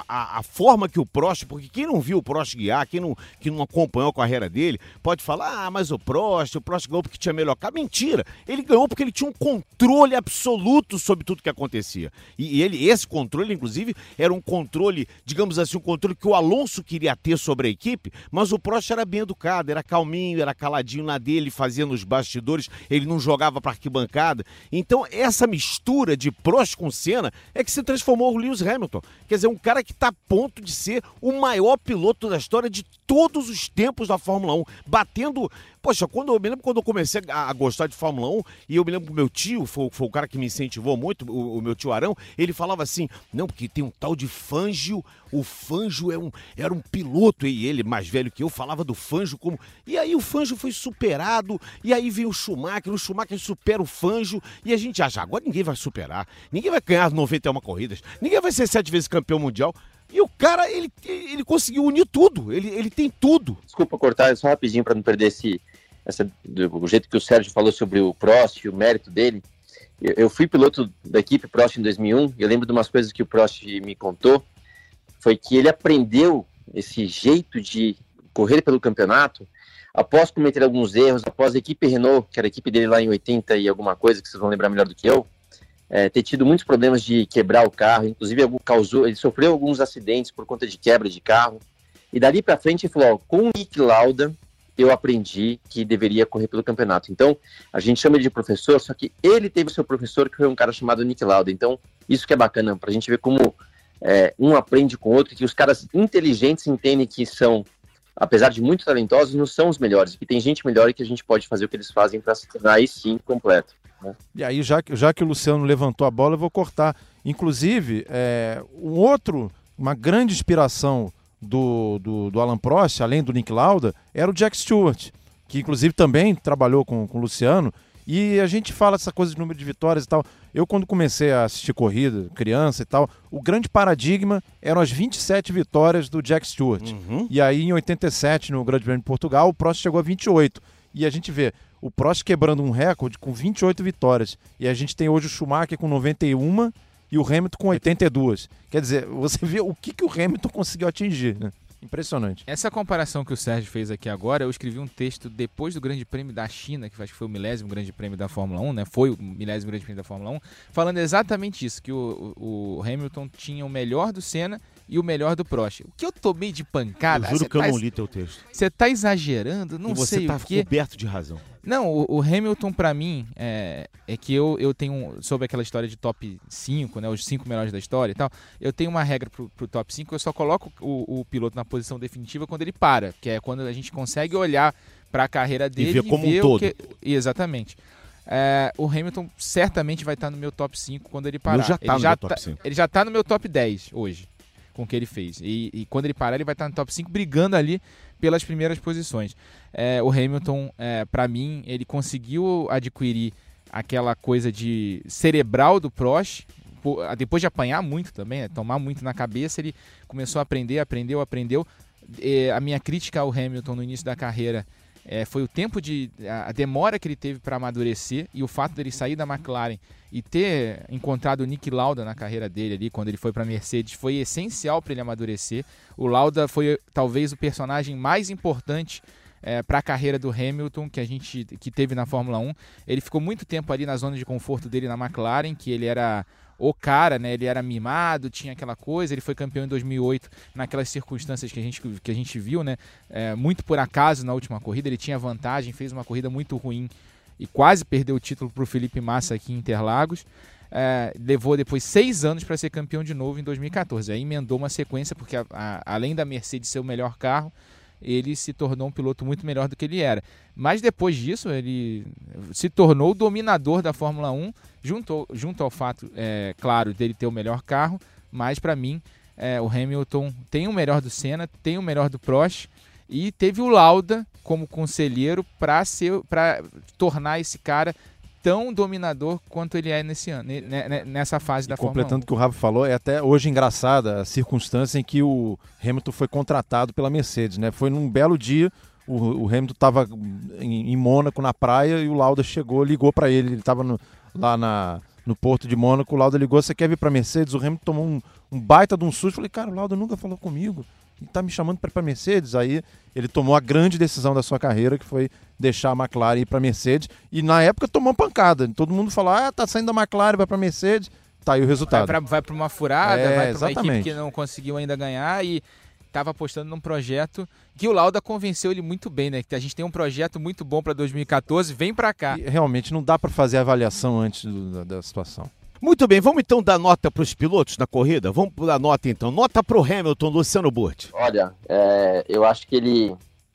a forma que o Prost, porque quem não viu o Prost guiar, quem não acompanhou a carreira dele, pode falar, mas o Prost ganhou porque tinha melhor carro. Mentira! Ele ganhou porque ele tinha um controle absoluto sobre tudo que acontecia. E esse controle, inclusive, era um controle, digamos assim, um controle que o Alonso queria ter sobre a equipe, mas o Prost era bem educado, era calminho, era caladinho na dele, fazia nos bastidores, ele não jogava para arquibancada. Então, essa mistura de Prost com Senna é que se transformou o Lewis Hamilton. Quer dizer, um cara que está a ponto de ser o maior piloto da história de todos os tempos da Fórmula 1, batendo... Poxa, eu me lembro quando eu comecei a gostar de Fórmula 1, e eu me lembro que o meu tio, foi o cara que me incentivou muito, o meu tio Arão, ele falava assim, não, porque tem um tal de Fangio, o Fangio era um piloto, e ele, mais velho que eu, falava do Fangio como... E aí o Fangio foi superado, e aí veio o Schumacher supera o Fangio, e a gente acha, agora ninguém vai superar, ninguém vai ganhar 91 corridas, ninguém vai ser 7 vezes campeão mundial. E o cara, ele conseguiu unir tudo, ele tem tudo. Desculpa cortar, só rapidinho para não perder o jeito que o Sérgio falou sobre o Prost, o mérito dele. Eu fui piloto da equipe Prost em 2001, e eu lembro de umas coisas que o Prost me contou, foi que ele aprendeu esse jeito de correr pelo campeonato após cometer alguns erros, após a equipe Renault, que era a equipe dele lá em 80 e alguma coisa, que vocês vão lembrar melhor do que eu, ter tido muitos problemas de quebrar o carro, inclusive ele sofreu alguns acidentes por conta de quebra de carro, e dali para frente ele falou, com o Niki Lauda eu aprendi que deveria correr pelo campeonato. Então, a gente chama ele de professor, só que ele teve o seu professor, que foi um cara chamado Niki Lauda. Então, isso que é bacana, pra gente ver como um aprende com o outro, que os caras inteligentes entendem que são, apesar de muito talentosos, não são os melhores, que tem gente melhor e que a gente pode fazer o que eles fazem para se tornar aí sim completo. Né? E aí, já que o Luciano levantou a bola, eu vou cortar. Inclusive, uma grande inspiração do Alain Prost, além do Niki Lauda, era o Jack Stewart, que inclusive também trabalhou com o Luciano, e a gente fala essa coisa de número de vitórias e tal. Eu, quando comecei a assistir corrida, criança e tal, o grande paradigma eram as 27 vitórias do Jack Stewart. E aí, em 87, no Grande Prêmio de Portugal, o Prost chegou a 28. E a gente vê o Prost quebrando um recorde com 28 vitórias. E a gente tem hoje o Schumacher com 91 e o Hamilton com 82. Quer dizer, você vê o que o Hamilton conseguiu atingir, né? Impressionante. Essa comparação que o Sérgio fez aqui agora, eu escrevi um texto depois do Grande Prêmio da China, que acho que foi o 10º Grande Prêmio da Fórmula 1, né? Foi o 10º Grande Prêmio da Fórmula 1, falando exatamente isso, que o Hamilton tinha o melhor do Senna e o melhor do Prost. O que eu tomei de pancada... Eu juro que eu não li teu texto. Você tá exagerando? Não e sei o quê. você tá coberto de razão. Não, o Hamilton pra mim é que eu tenho, sobre aquela história de top 5, né, os 5 melhores da história e tal, eu tenho uma regra pro top 5, eu só coloco o piloto na posição definitiva quando ele para, que é quando a gente consegue olhar pra carreira dele e ver como um todo. Exatamente. O Hamilton certamente vai estar no meu top 5 quando ele parar. Ele já tá no meu top 10 hoje, com o que ele fez. E quando ele parar, ele vai estar no top 5 brigando ali pelas primeiras posições. O Hamilton, para mim, ele conseguiu adquirir aquela coisa de cerebral do Prost, depois de apanhar muito também, né, tomar muito na cabeça, ele começou a aprender, aprendeu. A minha crítica ao Hamilton no início da carreira foi o tempo a demora que ele teve para amadurecer, e o fato dele sair da McLaren e ter encontrado o Niki Lauda na carreira dele ali, quando ele foi para a Mercedes, foi essencial para ele amadurecer. O Lauda foi talvez o personagem mais importante para a carreira do Hamilton que teve na Fórmula 1. Ele ficou muito tempo ali na zona de conforto dele na McLaren, que ele era o cara, né? Ele era mimado, tinha aquela coisa. Ele foi campeão em 2008 naquelas circunstâncias que a gente viu, né? Muito por acaso na última corrida. Ele tinha vantagem, fez uma corrida muito ruim e quase perdeu o título para o Felipe Massa aqui em Interlagos. Levou depois 6 anos para ser campeão de novo em 2014. Aí emendou uma sequência, porque além da Mercedes ser o melhor carro, ele se tornou um piloto muito melhor do que ele era. Mas depois disso, ele se tornou o dominador da Fórmula 1, junto ao fato, claro, dele ter o melhor carro. Mas para mim, o Hamilton tem o melhor do Senna, tem o melhor do Prost, e teve o Lauda como conselheiro para tornar esse cara tão dominador quanto ele é nessa fase da Fórmula 1. Completando o que o Rafa falou, é até hoje engraçada a circunstância em que o Hamilton foi contratado pela Mercedes, né? Foi num belo dia, o Hamilton estava em Mônaco, na praia, e o Lauda chegou, ligou para ele estava lá no porto de Mônaco, o Lauda ligou: você quer vir para a Mercedes? O Hamilton tomou um baita de um susto. Falei: cara, o Lauda nunca falou comigo, ele tá me chamando para ir para a Mercedes. Aí ele tomou a grande decisão da sua carreira, que foi deixar a McLaren e ir para a Mercedes, e na época tomou uma pancada. Todo mundo falou: tá saindo da McLaren, vai para a Mercedes. Tá aí o resultado. Vai para uma furada, vai para uma equipe que exatamente. não conseguiu ainda ganhar, e estava apostando num projeto que o Lauda convenceu ele muito bem, né? Que a gente tem um projeto muito bom para 2014, vem para cá. E realmente não dá para fazer avaliação antes da situação. Muito bem, vamos então dar nota para os pilotos na corrida? Vamos dar nota então. Nota para o Hamilton, Luciano Burti. Olha, eu acho que ele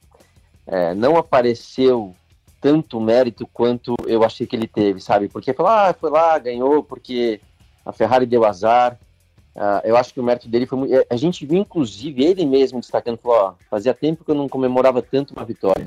não apareceu tanto mérito quanto eu achei que ele teve, sabe? Porque foi lá, ganhou porque a Ferrari deu azar. Eu acho que o mérito dele foi muito... A gente viu, inclusive, ele mesmo destacando, falou: fazia tempo que eu não comemorava tanto uma vitória.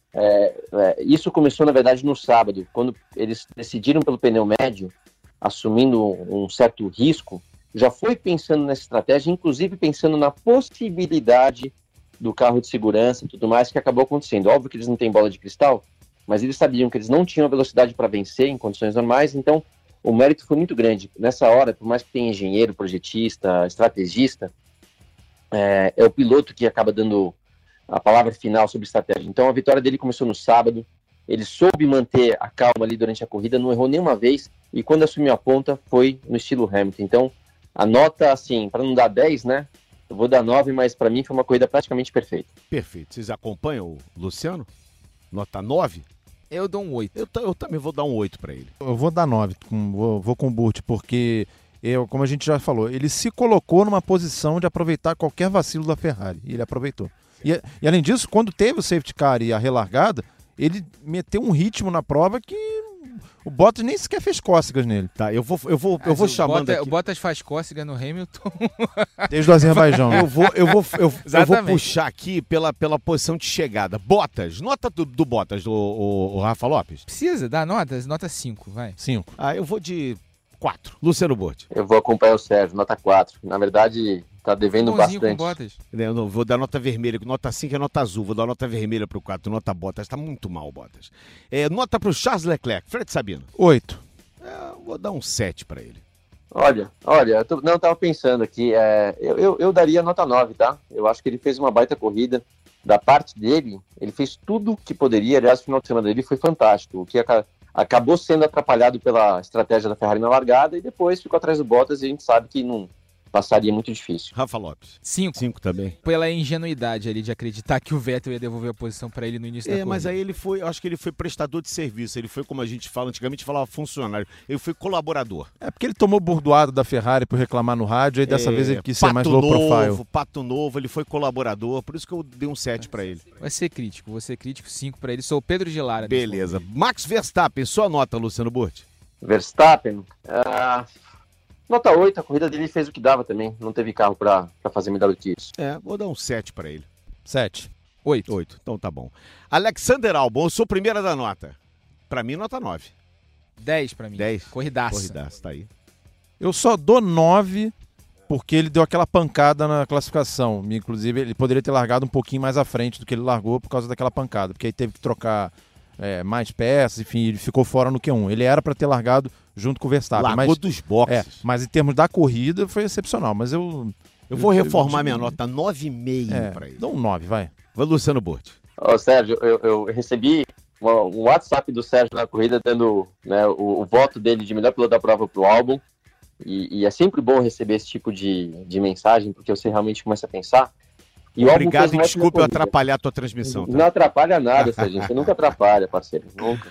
Isso começou, na verdade, no sábado, quando eles decidiram pelo pneu médio, assumindo um certo risco. Já foi pensando nessa estratégia, inclusive pensando na possibilidade do carro de segurança e tudo mais, que acabou acontecendo. Óbvio que eles não têm bola de cristal, mas eles sabiam que eles não tinham velocidade para vencer em condições normais, então o mérito foi muito grande. Nessa hora, por mais que tenha engenheiro, projetista, estrategista, é o piloto que acaba dando a palavra final sobre estratégia. Então a vitória dele começou no sábado, ele soube manter a calma ali durante a corrida, não errou nenhuma vez, e quando assumiu a ponta foi no estilo Hamilton. Então, a nota, assim, para não dar 10, né, eu vou dar 9, mas para mim foi uma corrida praticamente perfeita. Perfeito. Vocês acompanham o Luciano? Nota 9? Eu dou um 8. Eu também vou dar um 8 para ele. Eu vou dar 9, vou com o Burt, porque, como a gente já falou, ele se colocou numa posição de aproveitar qualquer vacilo da Ferrari, e ele aproveitou. E além disso, quando teve o safety car e a relargada, ele meteu um ritmo na prova que o Bottas nem sequer fez cócegas nele. Tá, eu vou chamando aqui. O Bottas faz cócega no Hamilton. Desde o Azerbaijão. Eu vou puxar aqui pela posição de chegada. Bottas, nota do Bottas, o Rafa Lopes? Precisa dar nota 5, vai. 5. Eu vou de 4. Luciano Burti. Eu vou acompanhar o Sérgio, nota 4. Na verdade, tá devendo Bonzinho bastante. com Bottas. Eu não vou dar nota vermelha, nota 5 é nota azul, vou dar nota vermelha pro 4, nota Bottas, tá muito mal o Bottas. Nota pro Charles Leclerc, Fred Sabino. 8. Vou dar um 7 pra ele. Olha, eu tava pensando aqui, eu daria nota 9, tá? Eu acho que ele fez uma baita corrida. Da parte dele, ele fez tudo o que poderia, aliás, o final de semana dele foi fantástico, o que acabou sendo atrapalhado pela estratégia da Ferrari na largada e depois ficou atrás do Bottas e a gente sabe que não passaria muito difícil. Rafa Lopes. 5. 5 também. Pela ingenuidade ali de acreditar que o Vettel ia devolver a posição para ele no início da corrida. Mas aí eu acho que ele foi prestador de serviço, ele foi, como a gente fala, antigamente falava funcionário, ele foi colaborador. Porque ele tomou bordoado da Ferrari por reclamar no rádio, e dessa vez ele quis ser mais low profile. Pato novo, ele foi colaborador, por isso que eu dei um 7 pra ele. Vou ser crítico, 5 pra ele. Sou o Pedro de Lara. Beleza. Max Verstappen, sua nota, Luciano Burti? Verstappen, nota 8, a corrida dele fez o que dava também. Não teve carro pra fazer melhor do que isso. Vou dar um 7 pra ele. 7. 8. Então tá bom. Alexander Albon, eu sou primeira da nota. Pra mim, nota 9. 10 pra mim. 10. Corridaça, tá aí. Eu só dou 9 porque ele deu aquela pancada na classificação. Inclusive, ele poderia ter largado um pouquinho mais à frente do que ele largou por causa daquela pancada. Porque aí teve que trocar mais peças, enfim, ele ficou fora no Q1. Ele era para ter largado junto com o Verstappen. Largou dos boxes. Mas em termos da corrida foi excepcional. Mas eu vou reformar minha nota 9,5 para ele. Dá um 9, vai. Vai, Luciano Burti. Sérgio, eu recebi um WhatsApp do Sérgio na corrida dando, né, o voto dele de melhor piloto da prova pro Albon. E é sempre bom receber esse tipo de mensagem, porque você realmente começa a pensar. E obrigado e desculpe eu atrapalhar a tua transmissão. Tá? Não atrapalha nada, Sérgio. Você nunca atrapalha, parceiro. Nunca.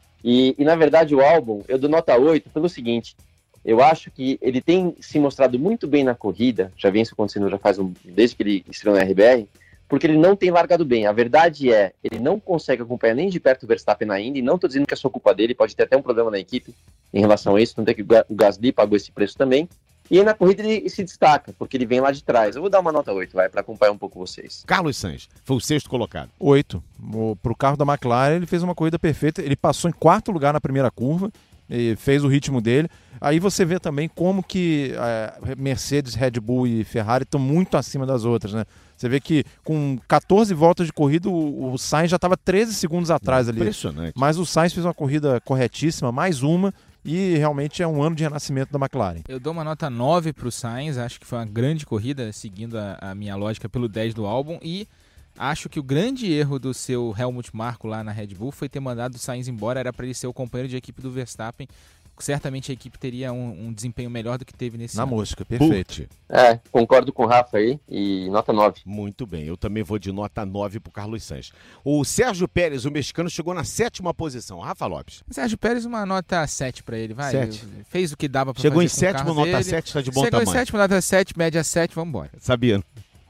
E na verdade o Albon, eu dou nota 8 pelo seguinte. Eu acho que ele tem se mostrado muito bem na corrida. Já vem isso acontecendo desde que ele estreou na RBR. Porque ele não tem largado bem. A verdade é, ele não consegue acompanhar nem de perto o Verstappen ainda. E não estou dizendo que é só culpa dele. Pode ter até um problema na equipe em relação a isso. Não tem que o Gasly pagou esse preço também. E aí na corrida ele se destaca, porque ele vem lá de trás. Eu vou dar uma nota 8, para acompanhar um pouco vocês. Carlos Sainz, foi o 6º colocado. 8. Pro carro da McLaren, ele fez uma corrida perfeita. Ele passou em 4º lugar na primeira curva, e fez o ritmo dele. Aí você vê também como que Mercedes, Red Bull e Ferrari estão muito acima das outras, né? Você vê que com 14 voltas de corrida, o Sainz já estava 13 segundos atrás ali. Impressionante. Mas o Sainz fez uma corrida corretíssima, mais uma. E realmente é um ano de renascimento da McLaren. Eu dou uma nota 9 para o Sainz, acho que foi uma grande corrida, seguindo a minha lógica pelo 10 do Albon, e acho que o grande erro do seu Helmut Marko lá na Red Bull foi ter mandado o Sainz embora, era para ele ser o companheiro de equipe do Verstappen. Certamente a equipe teria um desempenho melhor do que teve nesse ano. Na mosca, perfeito. Concordo com o Rafa aí, e nota 9. Muito bem, eu também vou de nota 9 pro Carlos Sainz. O Sérgio Pérez, o mexicano, chegou na 7ª posição. Rafa Lopes. Sérgio Pérez, uma nota 7 para ele, vai. 7. Fez o que dava para fazer. Chegou em 7º, nota 7, tá de bom tamanho. Chegou em 7º, nota 7, média 7, vamos embora. Sabia.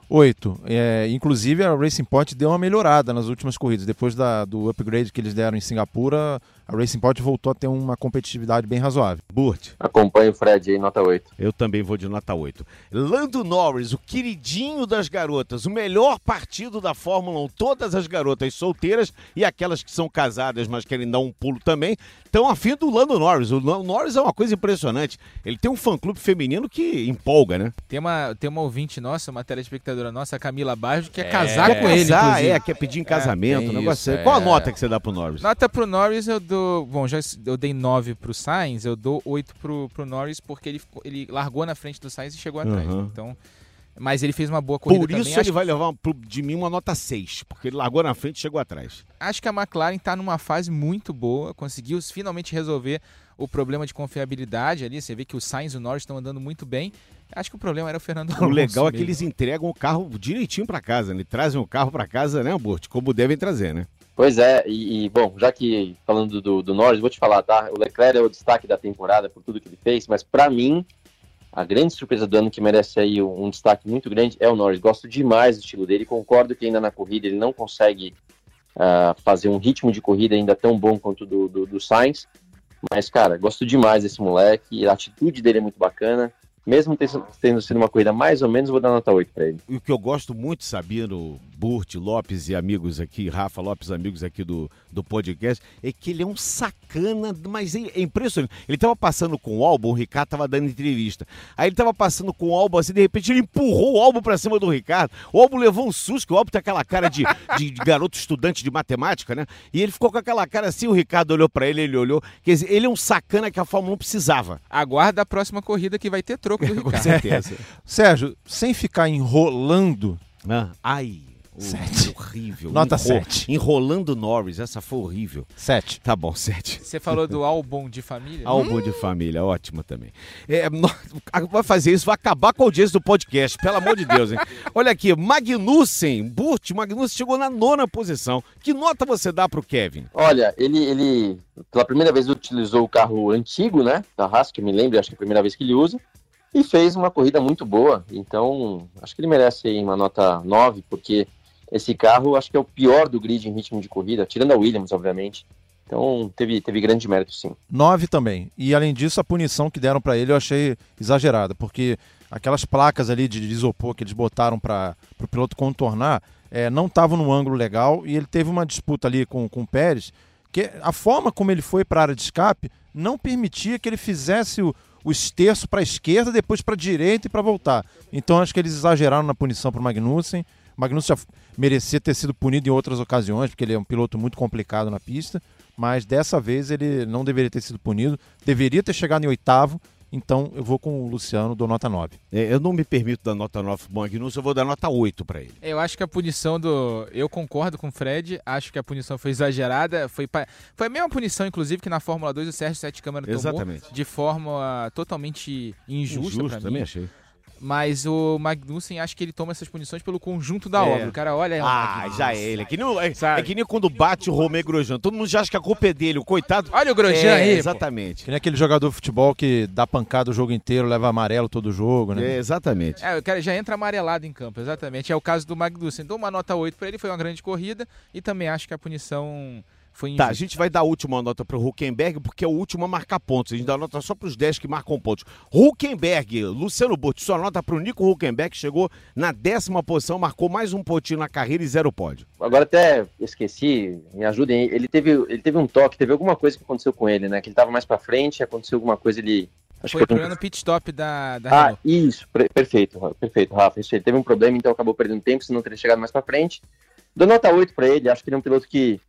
8. Inclusive a Racing Point deu uma melhorada nas últimas corridas. Depois do upgrade que eles deram em Singapura, a Racing Point voltou a ter uma competitividade bem razoável. Burt. Acompanho o Fred aí, nota 8. Eu também vou de nota 8. Lando Norris, o queridinho das garotas, o melhor partido da Fórmula 1. Todas as garotas solteiras e aquelas que são casadas, mas querem dar um pulo também, estão afim do Lando Norris. O Lando Norris é uma coisa impressionante. Ele tem um fã-clube feminino que empolga, né? Tem uma ouvinte nossa, uma telespectadora nossa, a Camila Baggio, que quer casar com ele, inclusive. Quer pedir em casamento, negócio. Qual a nota que você dá pro Norris? Nota pro Norris eu dou... Bom, eu dei 9 pro Sainz, eu dou 8 pro Norris, porque ele largou na frente do Sainz e chegou atrás. Então, Mas ele fez uma boa corrida Por também. isso ele vai levar de mim uma nota 6, porque ele largou na frente e chegou atrás. Acho que a McLaren está numa fase muito boa, conseguiu finalmente resolver o problema de confiabilidade ali. Você vê que o Sainz e o Norris estão andando muito bem. Acho que o problema era o Fernando Alonso. O legal é mesmo. que eles entregam o carro direitinho para casa, né? Trazem o carro para casa, né, Burt? Como devem trazer, né? Pois é, bom, já que falando do Norris, vou te falar, tá? O Leclerc é o destaque da temporada por tudo que ele fez, mas para mim, a grande surpresa do ano que merece aí um destaque muito grande é o Norris. Gosto demais do estilo dele, concordo que ainda na corrida ele não consegue fazer um ritmo de corrida ainda tão bom quanto do Sainz, mas, cara, gosto demais desse moleque, a atitude dele é muito bacana. Mesmo tendo sido uma corrida mais ou menos, vou dar nota 8 para ele. E o que eu gosto muito, Sabino, Burt, Lopes e amigos aqui, Rafa Lopes, amigos aqui do podcast, é que ele é um sacana, mas é impressionante. Ele tava passando com o Albon, o Ricardo tava dando entrevista. Aí ele tava passando com o Albon, assim, de repente ele empurrou o Albon pra cima do Ricardo. O Albon levou um susto, que o Albon tem aquela cara de garoto estudante de matemática, né? E ele ficou com aquela cara assim, o Ricardo olhou pra ele olhou. Quer dizer, ele é um sacana que a Fórmula 1 precisava. Aguarda a próxima corrida que vai ter troco do Ricardo. Com certeza. Sérgio, sem ficar enrolando... Ai... 7. Horrível. Nota 7. Enrolando Norris, essa foi horrível. 7. Tá bom, 7. Você falou do Albon de família? Albon de família, ótimo também. Vai fazer isso, vai acabar com a audiência do podcast, pelo amor de Deus, hein? Olha aqui, Magnussen chegou na 9ª posição. Que nota você dá pro Kevin? Olha, ele pela primeira vez utilizou o carro antigo, né, da Haas, que eu me lembro, acho que é a primeira vez que ele usa, e fez uma corrida muito boa. Então, acho que ele merece aí uma nota 9, porque esse carro acho que é o pior do grid em ritmo de corrida, tirando a Williams, obviamente. Então, teve grande mérito, sim. 9 também. E, além disso, a punição que deram para ele eu achei exagerada, porque aquelas placas ali de isopor que eles botaram para o piloto contornar não estavam num ângulo legal, e ele teve uma disputa ali com o Pérez, que a forma como ele foi para a área de escape não permitia que ele fizesse o esterço para a esquerda, depois para a direita e para voltar. Então, acho que eles exageraram na punição para o Magnussen. O Magnussen já merecia ter sido punido em outras ocasiões, porque ele é um piloto muito complicado na pista, mas dessa vez ele não deveria ter sido punido, deveria ter chegado em 8º, então eu vou com o Luciano, dou nota 9. Eu não me permito dar nota 9 pro Magnussen, eu vou dar nota 8 para ele. Eu acho que a punição eu concordo com o Fred, acho que a punição foi exagerada, foi a mesma punição, inclusive, que na Fórmula 2 o Sérgio Sete Câmara tomou, de forma totalmente injusta para mim. Também achei. Mas o Magnussen, acho que ele toma essas punições pelo conjunto da obra. O cara olha... já é ele. É que nem quando bate o Romeu Grosjean. Todo mundo já acha que a culpa é dele. O coitado... Olha o Grosjean aí. Exatamente. Que nem aquele jogador de futebol que dá pancada o jogo inteiro, leva amarelo todo jogo, né? Exatamente. O cara já entra amarelado em campo, exatamente. É o caso do Magnussen. Dou uma nota 8 para ele, foi uma grande corrida. E também acho que a punição... Tá, a gente vai dar a última nota para o Hülkenberg, porque é o último a marcar pontos. A gente dá nota só para os 10 que marcam pontos. Hülkenberg, Luciano Burti, sua nota para o Nico Hülkenberg, chegou na 10ª posição, marcou mais um pontinho na carreira e 0 pódio. Agora até esqueci, me ajudem, ele teve um toque, teve alguma coisa que aconteceu com ele, né? Que ele estava mais para frente, aconteceu alguma coisa, ele... Foi problema no pit stop da Renault. Isso, perfeito, Rafa. Isso, ele teve um problema, então acabou perdendo tempo, senão teria chegado mais para frente. Dou nota 8 para ele, acho que ele é um piloto que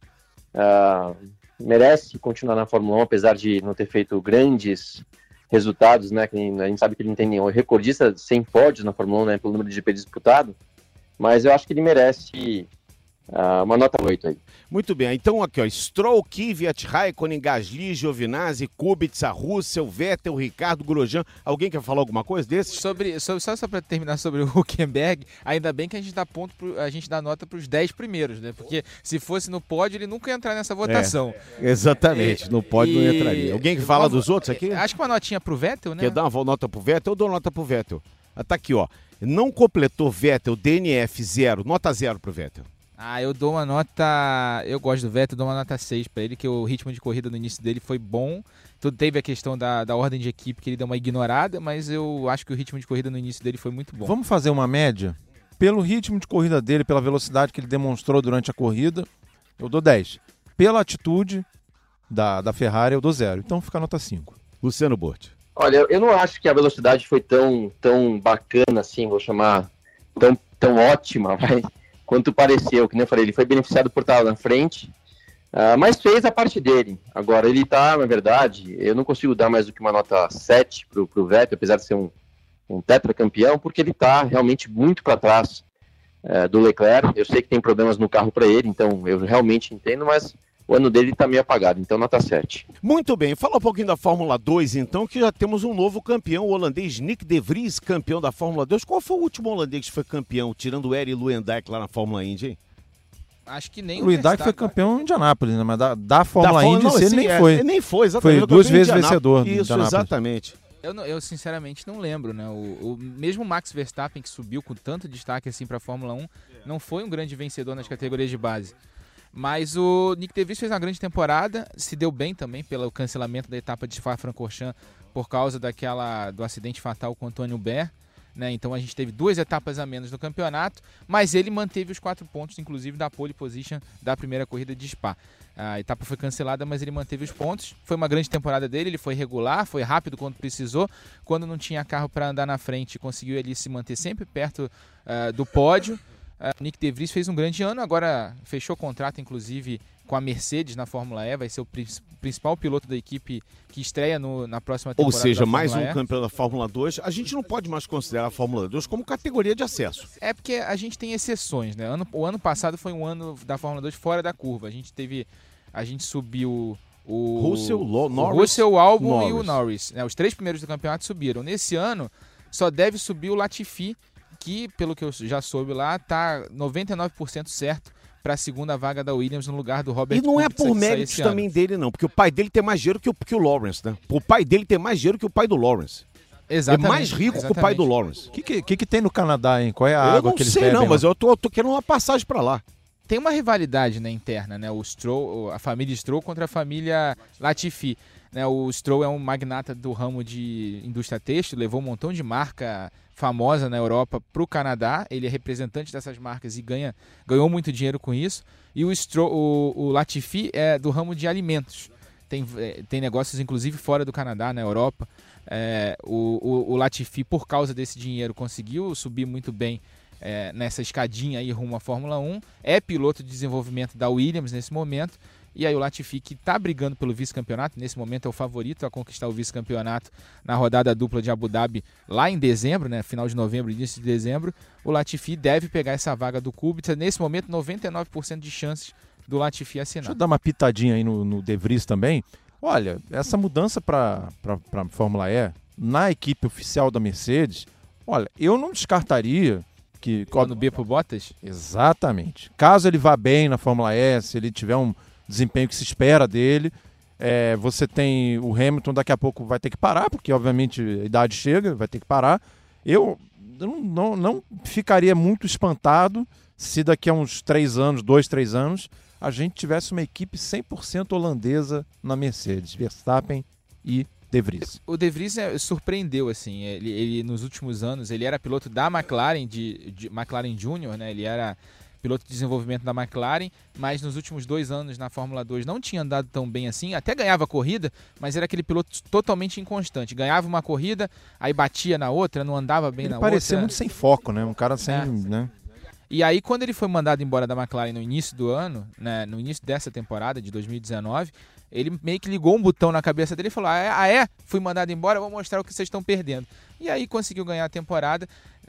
merece continuar na Fórmula 1, apesar de não ter feito grandes resultados, né? A gente sabe que ele não tem nenhum recordista sem pódios na Fórmula 1, né? Pelo número de GP disputado, mas eu acho que ele merece uma nota 8 aí. Muito bem, então aqui, ó, Stroll, Kvyat, Raikkonen, Gasly, Giovinazzi, Kubica, Russell, Vettel, Ricardo, Grosjean. Alguém quer falar alguma coisa desses? Só para terminar sobre o Hülkenberg, ainda bem que a gente dá nota para os 10 primeiros, né? Porque se fosse no pódio, ele nunca ia entrar nessa votação. Exatamente, no pódio não entraria. Alguém que fala dos outros aqui? Acho que uma notinha pro Vettel, né? Quer dar uma nota pro Vettel? Eu dou nota pro Vettel. Tá aqui, ó. Não completou Vettel, DNF 0, nota 0 pro Vettel. Eu dou uma nota... Eu gosto do Vettel, dou uma nota 6 para ele, que o ritmo de corrida no início dele foi bom. Tudo teve a questão da ordem de equipe, que ele deu uma ignorada, mas eu acho que o ritmo de corrida no início dele foi muito bom. Vamos fazer uma média? Pelo ritmo de corrida dele, pela velocidade que ele demonstrou durante a corrida, eu dou 10. Pela atitude da Ferrari, eu dou 0. Então fica a nota 5. Luciano Burti. Olha, eu não acho que a velocidade foi tão bacana assim, vou chamar, tão ótima, quanto pareceu, que nem eu falei, ele foi beneficiado por estar lá na frente, mas fez a parte dele. Agora, ele tá, na verdade, eu não consigo dar mais do que uma nota 7 pro Vettel, apesar de ser um um tetracampeão, porque ele está realmente muito para trás do Leclerc. Eu sei que tem problemas no carro para ele, então eu realmente entendo, mas o ano dele está meio apagado, então nota 7. Muito bem, fala um pouquinho da Fórmula 2 então, que já temos um novo campeão, o holandês Nick de Vries, campeão da Fórmula 2. Qual foi o último holandês que foi campeão, tirando o Eri Luendijk lá na Fórmula Indy, hein? Acho que nem o Luendijk foi campeão em Indianápolis, né? Mas da Fórmula Indy ele nem foi. Nem foi, exatamente. Foi 2 vezes vencedor. Isso, exatamente. Eu sinceramente não lembro, né? O mesmo Max Verstappen, que subiu com tanto destaque assim para a Fórmula 1, não foi um grande vencedor nas categorias de base. Mas o Nick de Vries fez uma grande temporada, se deu bem também pelo cancelamento da etapa de Spa-Francorchamps por causa do acidente fatal com o Antônio Hubert, né? Então a gente teve 2 etapas a menos no campeonato, mas ele manteve os 4 pontos, inclusive da pole position da primeira corrida de Spa. A etapa foi cancelada, mas ele manteve os pontos. Foi uma grande temporada dele, ele foi regular, foi rápido quando precisou. Quando não tinha carro para andar na frente, conseguiu ali se manter sempre perto do pódio. Nick de Vries fez um grande ano, agora fechou contrato inclusive com a Mercedes na Fórmula E, vai ser o principal piloto da equipe que estreia na próxima temporada. Ou seja, mais um campeão da Fórmula 2. A gente não pode mais considerar a Fórmula 2 como categoria de acesso. É porque a gente tem exceções, né? O ano passado foi um ano da Fórmula 2 fora da curva. A gente subiu o Russell, Albon e o Norris, né? Os 3 primeiros do campeonato subiram. Nesse ano só deve subir o Latifi, que, pelo que eu já soube lá, está 99% certo para a segunda vaga da Williams no lugar do Robert Kubica. E não é por méritos também dele, não, porque o pai dele tem mais dinheiro que o Lawrence, né? O pai dele tem mais dinheiro que o pai do Lawrence. Exatamente. É mais rico que o pai do Lawrence. O que tem no Canadá, hein? Qual é a água que eles bebem? Eu não sei, mas eu tô querendo uma passagem para lá. Tem uma rivalidade, né, interna, né? O Stroll, a família Stroll contra a família Latifi. Né, o Stroll é um magnata do ramo de indústria têxtil, levou um montão de marca famosa na Europa para o Canadá. Ele é representante dessas marcas e ganhou muito dinheiro com isso. E o Latifi é do ramo de alimentos. Tem negócios, inclusive, fora do Canadá, na Europa. O Latifi, por causa desse dinheiro, conseguiu subir muito bem nessa escadinha aí rumo à Fórmula 1. É piloto de desenvolvimento da Williams nesse momento. E aí o Latifi, que está brigando pelo vice-campeonato, nesse momento é o favorito a conquistar o vice-campeonato na rodada dupla de Abu Dhabi lá em dezembro, né, final de novembro, início de dezembro. O Latifi deve pegar essa vaga do Kubica. Nesse momento, 99% de chances do Latifi assinar. Deixa eu dar uma pitadinha aí no De Vries também. Olha, essa mudança para a Fórmula E, na equipe oficial da Mercedes, olha, eu não descartaria que... Quando B pro Bottas? Exatamente. Caso ele vá bem na Fórmula E, se ele tiver um desempenho que se espera dele, você tem o Hamilton, daqui a pouco vai ter que parar, porque obviamente a idade chega, vai ter que parar. Eu não ficaria muito espantado se daqui a uns 2, 3 anos, a gente tivesse uma equipe 100% holandesa na Mercedes, Verstappen e De Vries. O De Vries surpreendeu, assim, ele nos últimos anos, ele era piloto da McLaren, de McLaren Júnior, né? Ele era piloto de desenvolvimento da McLaren, mas nos últimos 2 anos na Fórmula 2 não tinha andado tão bem assim, até ganhava corrida, mas era aquele piloto totalmente inconstante, ganhava uma corrida, aí batia na outra, não andava bem na outra. Parecia muito sem foco, né? Um cara sem... né? E aí quando ele foi mandado embora da McLaren no início do ano, né, no início dessa temporada de 2019, ele meio que ligou um botão na cabeça dele e falou, fui mandado embora, vou mostrar o que vocês estão perdendo. E aí conseguiu ganhar a temporada.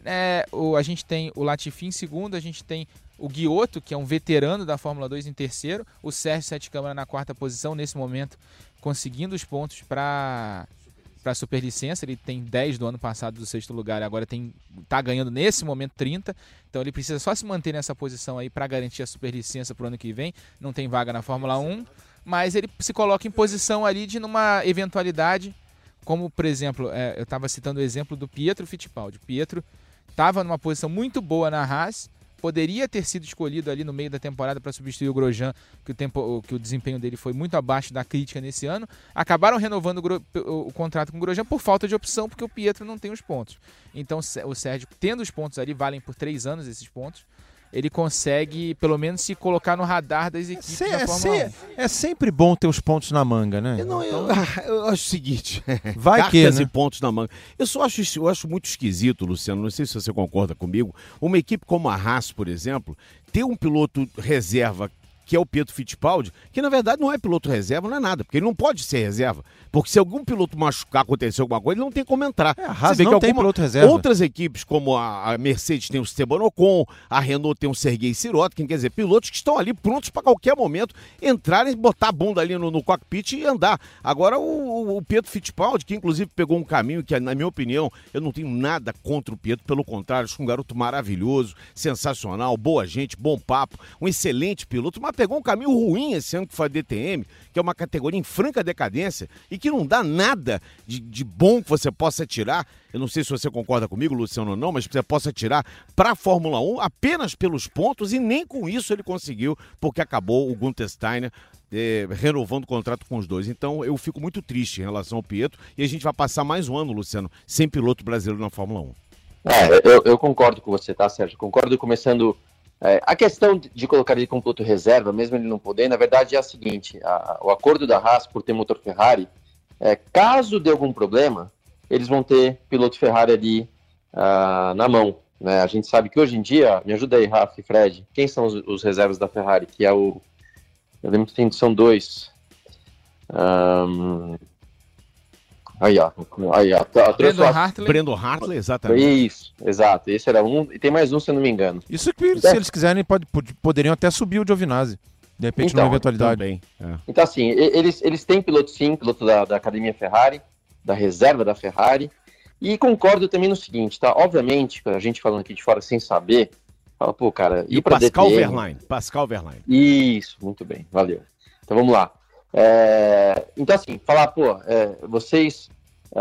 A gente tem o Latifi em segundo, a gente tem o Ghiotto, que é um veterano da Fórmula 2, em terceiro, o Sérgio Sete Câmara na 4ª posição, nesse momento conseguindo os pontos para a superlicença. Ele tem 10 do ano passado do 6º lugar, agora tá ganhando nesse momento 30, então ele precisa só se manter nessa posição aí para garantir a superlicença para o ano que vem. Não tem vaga na Fórmula 1, mas ele se coloca em posição ali de numa eventualidade, como por exemplo, eu estava citando o exemplo do Pietro Fittipaldi. Pietro estava numa posição muito boa na Haas, poderia ter sido escolhido ali no meio da temporada para substituir o Grosjean, que o desempenho dele foi muito abaixo da crítica nesse ano. Acabaram renovando o contrato com o Grosjean por falta de opção, porque o Pietro não tem os pontos. Então o Sérgio, tendo os pontos ali, valem por 3 anos esses pontos, ele consegue pelo menos se colocar no radar das equipes da Fórmula 1. É sempre bom ter os pontos na manga, né? Eu acho o seguinte, vai cartas né? e pontos na manga. Eu acho muito esquisito, Luciano, não sei se você concorda comigo, uma equipe como a Haas, por exemplo, ter um piloto reserva que é o Pietro Fittipaldi, que na verdade não é piloto reserva, não é nada, porque ele não pode ser reserva. Porque se algum piloto machucar, acontecer alguma coisa, ele não tem como entrar. A Haas não tem piloto reserva. Outras equipes, como a Mercedes tem o Esteban Ocon, a Renault tem o Sergei Sirotkin, quer dizer, pilotos que estão ali prontos para qualquer momento entrarem, botar a bunda ali no cockpit e andar. Agora o Pietro Fittipaldi, que inclusive pegou um caminho que, na minha opinião, eu não tenho nada contra o Pietro, pelo contrário, acho um garoto maravilhoso, sensacional, boa gente, bom papo, um excelente piloto, mas pegou um caminho ruim esse ano que foi a DTM, que é uma categoria em franca decadência e que não dá nada de bom que você possa tirar. Eu não sei se você concorda comigo, Luciano, ou não, mas você possa tirar para a Fórmula 1 apenas pelos pontos, e nem com isso ele conseguiu, porque acabou o Gunther Steiner renovando o contrato com os dois. Então eu fico muito triste em relação ao Pietro, e a gente vai passar mais um ano, Luciano, sem piloto brasileiro na Fórmula 1. Eu concordo com você, tá, Sérgio? Concordo, começando... a questão de colocar ele como piloto reserva, mesmo ele não poder, na verdade é a seguinte: o acordo da Haas por ter motor Ferrari, caso dê algum problema, eles vão ter piloto Ferrari ali na mão, né? A gente sabe que hoje em dia, me ajuda aí, Rafa e Fred, quem são os reservas da Ferrari? Que é eu lembro que são dois. Brandon Hartley, exatamente. Isso, exato. Esse era um, e tem mais um, se eu não me engano. Isso que, se eles quiserem, poderiam até subir o Giovinazzi, de repente, numa eventualidade. Também, Então, assim, eles têm piloto, sim, piloto da Academia Ferrari, da reserva da Ferrari, e concordo também no seguinte, tá? Obviamente, a gente falando aqui de fora sem saber, fala, pô, cara, e o Pascal Wehrlein. Isso, muito bem, valeu. Então, vamos lá. Então, assim, falar, pô, vocês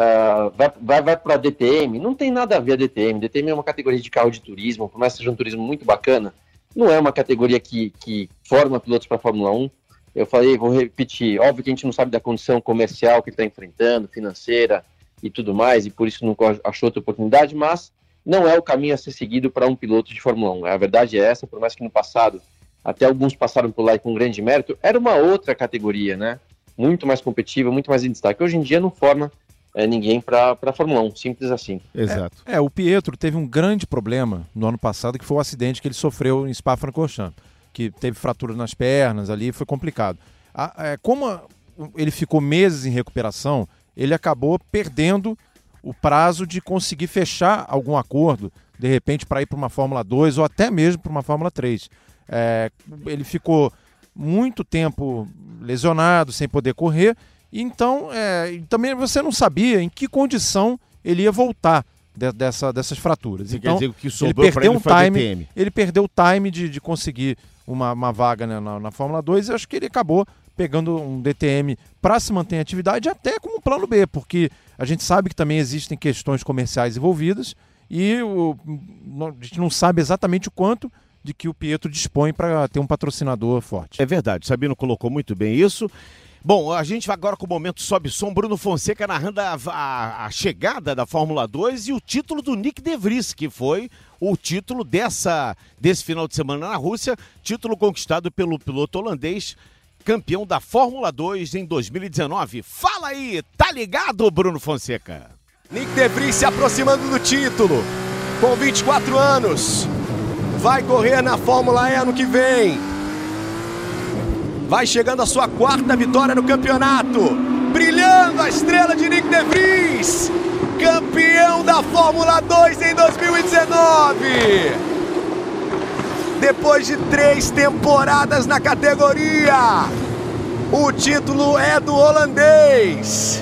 vai para a DTM, não tem nada a ver a DTM. DTM é uma categoria de carro de turismo, por mais que seja um turismo muito bacana, não é uma categoria que forma pilotos para a Fórmula 1. Eu falei, vou repetir, óbvio que a gente não sabe da condição comercial que ele está enfrentando, financeira e tudo mais, e por isso não achou outra oportunidade, mas não é o caminho a ser seguido para um piloto de Fórmula 1. A verdade é essa, por mais que no passado até alguns passaram por lá e com grande mérito, era uma outra categoria, né? Muito mais competitiva, muito mais em destaque. Hoje em dia não forma ninguém para a Fórmula 1, simples assim. Exato. O Pietro teve um grande problema no ano passado, que foi o acidente que ele sofreu em Spa-Francorchamps, que teve fratura nas pernas ali, foi complicado. Como ele ficou meses em recuperação, ele acabou perdendo o prazo de conseguir fechar algum acordo, de repente para ir para uma Fórmula 2 ou até mesmo para uma Fórmula 3. Ele ficou muito tempo lesionado, sem poder correr, e então também você não sabia em que condição ele ia voltar dessas fraturas. Então, quer dizer que sobrou para ele foi a DTM. Ele perdeu o time de conseguir uma vaga, né, na Fórmula 2, e acho que ele acabou pegando um DTM para se manter em atividade, até como plano B, porque a gente sabe que também existem questões comerciais envolvidas, e a gente não sabe exatamente o quanto de que o Pietro dispõe para ter um patrocinador forte. É verdade, Sabino colocou muito bem isso. Bom, a gente vai agora com o momento Sobe Som, Bruno Fonseca narrando a chegada da Fórmula 2 e o título do Nick De Vries, que foi o título desse final de semana na Rússia, título conquistado pelo piloto holandês, campeão da Fórmula 2 em 2019. Fala aí, tá ligado, Bruno Fonseca? Nick De Vries se aproximando do título, com 24 anos, vai correr na Fórmula E ano que vem. Vai chegando a sua 4ª vitória no campeonato. Brilhando a estrela de Nick De Vries. Campeão da Fórmula 2 em 2019. Depois de 3 temporadas na categoria, o título é do holandês.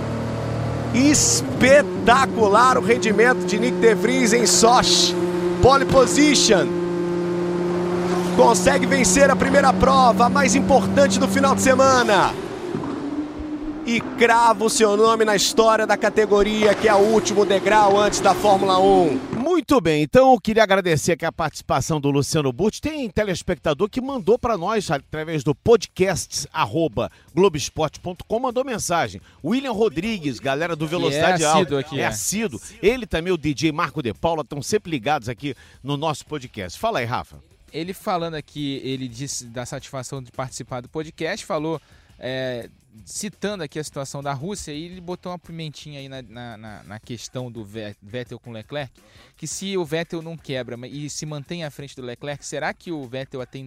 Espetacular o rendimento de Nick De Vries em Sochi. Pole position. Consegue vencer a primeira prova, a mais importante do final de semana. E crava o seu nome na história da categoria, que é o último degrau antes da Fórmula 1. Muito bem, então eu queria agradecer aqui a participação do Luciano Burti. Tem telespectador que mandou para nós, através do podcasts@globesport.com, mandou mensagem. William Rodrigues, galera do Velocidade Alta. É assíduo. Ele também, o DJ Marco de Paula, estão sempre ligados aqui no nosso podcast. Fala aí, Rafa. Ele falando aqui, ele disse da satisfação de participar do podcast, falou, citando aqui a situação da Rússia, e ele botou uma pimentinha aí na questão do Vettel com Leclerc, que se o Vettel não quebra e se mantém à frente do Leclerc, será que o Vettel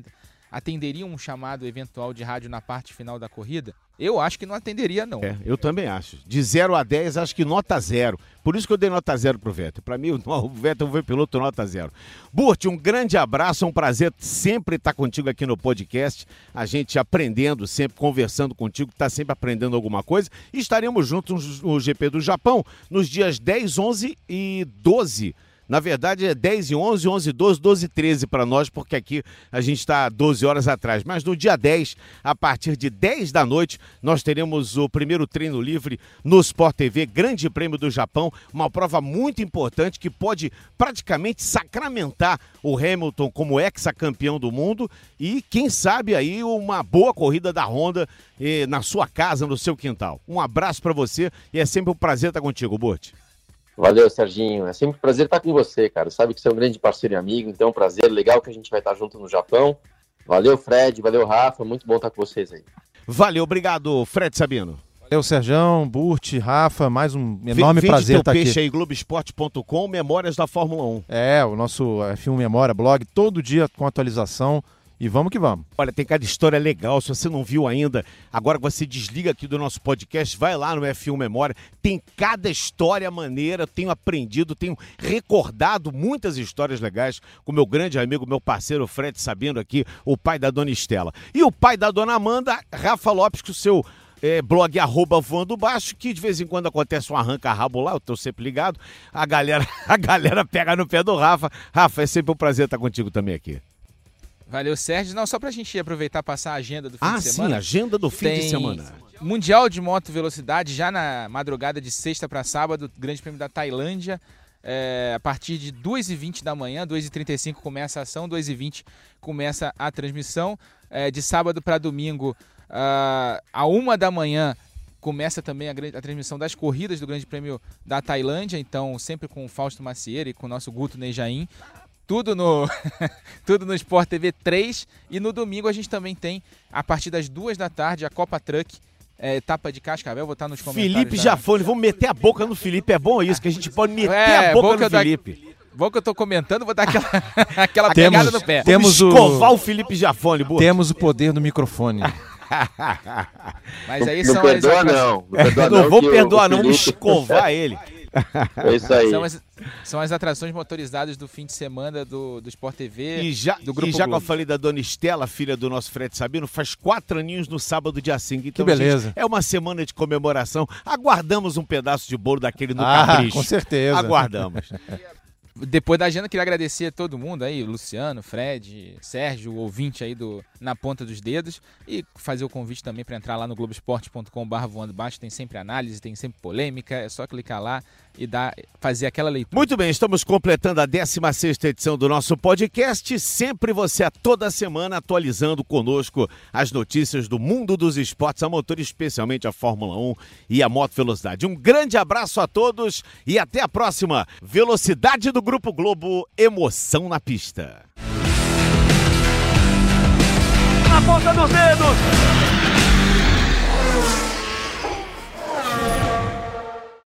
atenderia um chamado eventual de rádio na parte final da corrida? Eu acho que não atenderia, não. Eu também acho. De 0 a 10, acho que nota 0. Por isso que eu dei nota 0 pro Vettel. Para mim, o Vettel foi piloto nota 0. Burt, um grande abraço, é um prazer sempre estar contigo aqui no podcast. A gente aprendendo, sempre conversando contigo, tá sempre aprendendo alguma coisa. E estaremos juntos no GP do Japão nos dias 10, 11 e 12. Na verdade é 10 e 11, 11 e 12, 12 e 13 para nós, porque aqui a gente está 12 horas atrás. Mas no dia 10, a partir de 10 da noite, nós teremos o primeiro treino livre no Sport TV, Grande Prêmio do Japão, uma prova muito importante que pode praticamente sacramentar o Hamilton como ex-campeão do mundo e, quem sabe, aí uma boa corrida da Honda na sua casa, no seu quintal. Um abraço para você e é sempre um prazer estar contigo, Burt. Valeu, Serginho. É sempre um prazer estar com você, cara. Sabe que você é um grande parceiro e amigo, então é um prazer. Legal que a gente vai estar junto no Japão. Valeu, Fred. Valeu, Rafa. Muito bom estar com vocês aí. Valeu, obrigado, Fred Sabino. Valeu, Serjão, Burt, Rafa, mais um enorme prazer estar aqui. Vende teu peixe aí, Globoesporte.com, Memórias da Fórmula 1. O nosso F1 Memória blog, todo dia com atualização. E vamos que vamos. Olha, tem cada história legal, se você não viu ainda, agora que você desliga aqui do nosso podcast, vai lá no F1 Memória, tem cada história maneira, tenho aprendido, tenho recordado muitas histórias legais com meu grande amigo, meu parceiro Fred Sabino aqui, o pai da dona Estela. E o pai da dona Amanda, Rafa Lopes, com o seu blog @voando baixo, que de vez em quando acontece um arranca-rabo lá, eu tô sempre ligado, a galera pega no pé do Rafa. Rafa, é sempre um prazer estar contigo também aqui. Valeu, Sérgio. Não, só pra gente aproveitar e passar a agenda do fim de semana. Sim, agenda do fim de semana. Mundial de Moto Velocidade, já na madrugada de sexta para sábado, Grande Prêmio da Tailândia, a partir de 2h20 da manhã, 2h35 começa a ação, 2h20 começa a transmissão. De sábado para domingo, a 1 da manhã, começa também a transmissão das corridas do Grande Prêmio da Tailândia, então sempre com o Fausto Macieira e com o nosso Guto Nejaim. Tudo no Sport TV 3, e no domingo a gente também tem, a partir das 2 da tarde, a Copa Truck, etapa de Cascavel, vou estar nos comentários. Felipe Jafone, vamos meter a boca no Felipe, é bom isso, que a gente pode meter a boca no Felipe. Bom que eu tô comentando, vou dar aquela pegada no pé. Vamos escovar o Felipe Jafone, boa. Temos o poder do microfone. Mas aí não são perdoa, não vou perdoar não, vamos escovar ele. É isso aí. São as atrações motorizadas do fim de semana do Sport TV, do Grupo E já Globo. que eu falei da dona Estela, filha do nosso Fred Sabino, faz 4 aninhos no sábado, dia 5. Então, que beleza. Gente, é uma semana de comemoração. Aguardamos um pedaço de bolo daquele no capricho. Com certeza. Aguardamos. Depois da agenda, queria agradecer a todo mundo aí, Luciano, Fred, Sérgio, o ouvinte aí na ponta dos dedos, e fazer o convite também para entrar lá no globoesporte.com/voando baixo, tem sempre análise, tem sempre polêmica, é só clicar lá e fazer aquela leitura. Muito bem, estamos completando a 16ª edição do nosso podcast, sempre você a toda semana atualizando conosco as notícias do mundo dos esportes a motor, especialmente a Fórmula 1 e a moto velocidade. Um grande abraço a todos e até a próxima. Velocidade do Grupo Globo, emoção na pista. Na ponta dos dedos.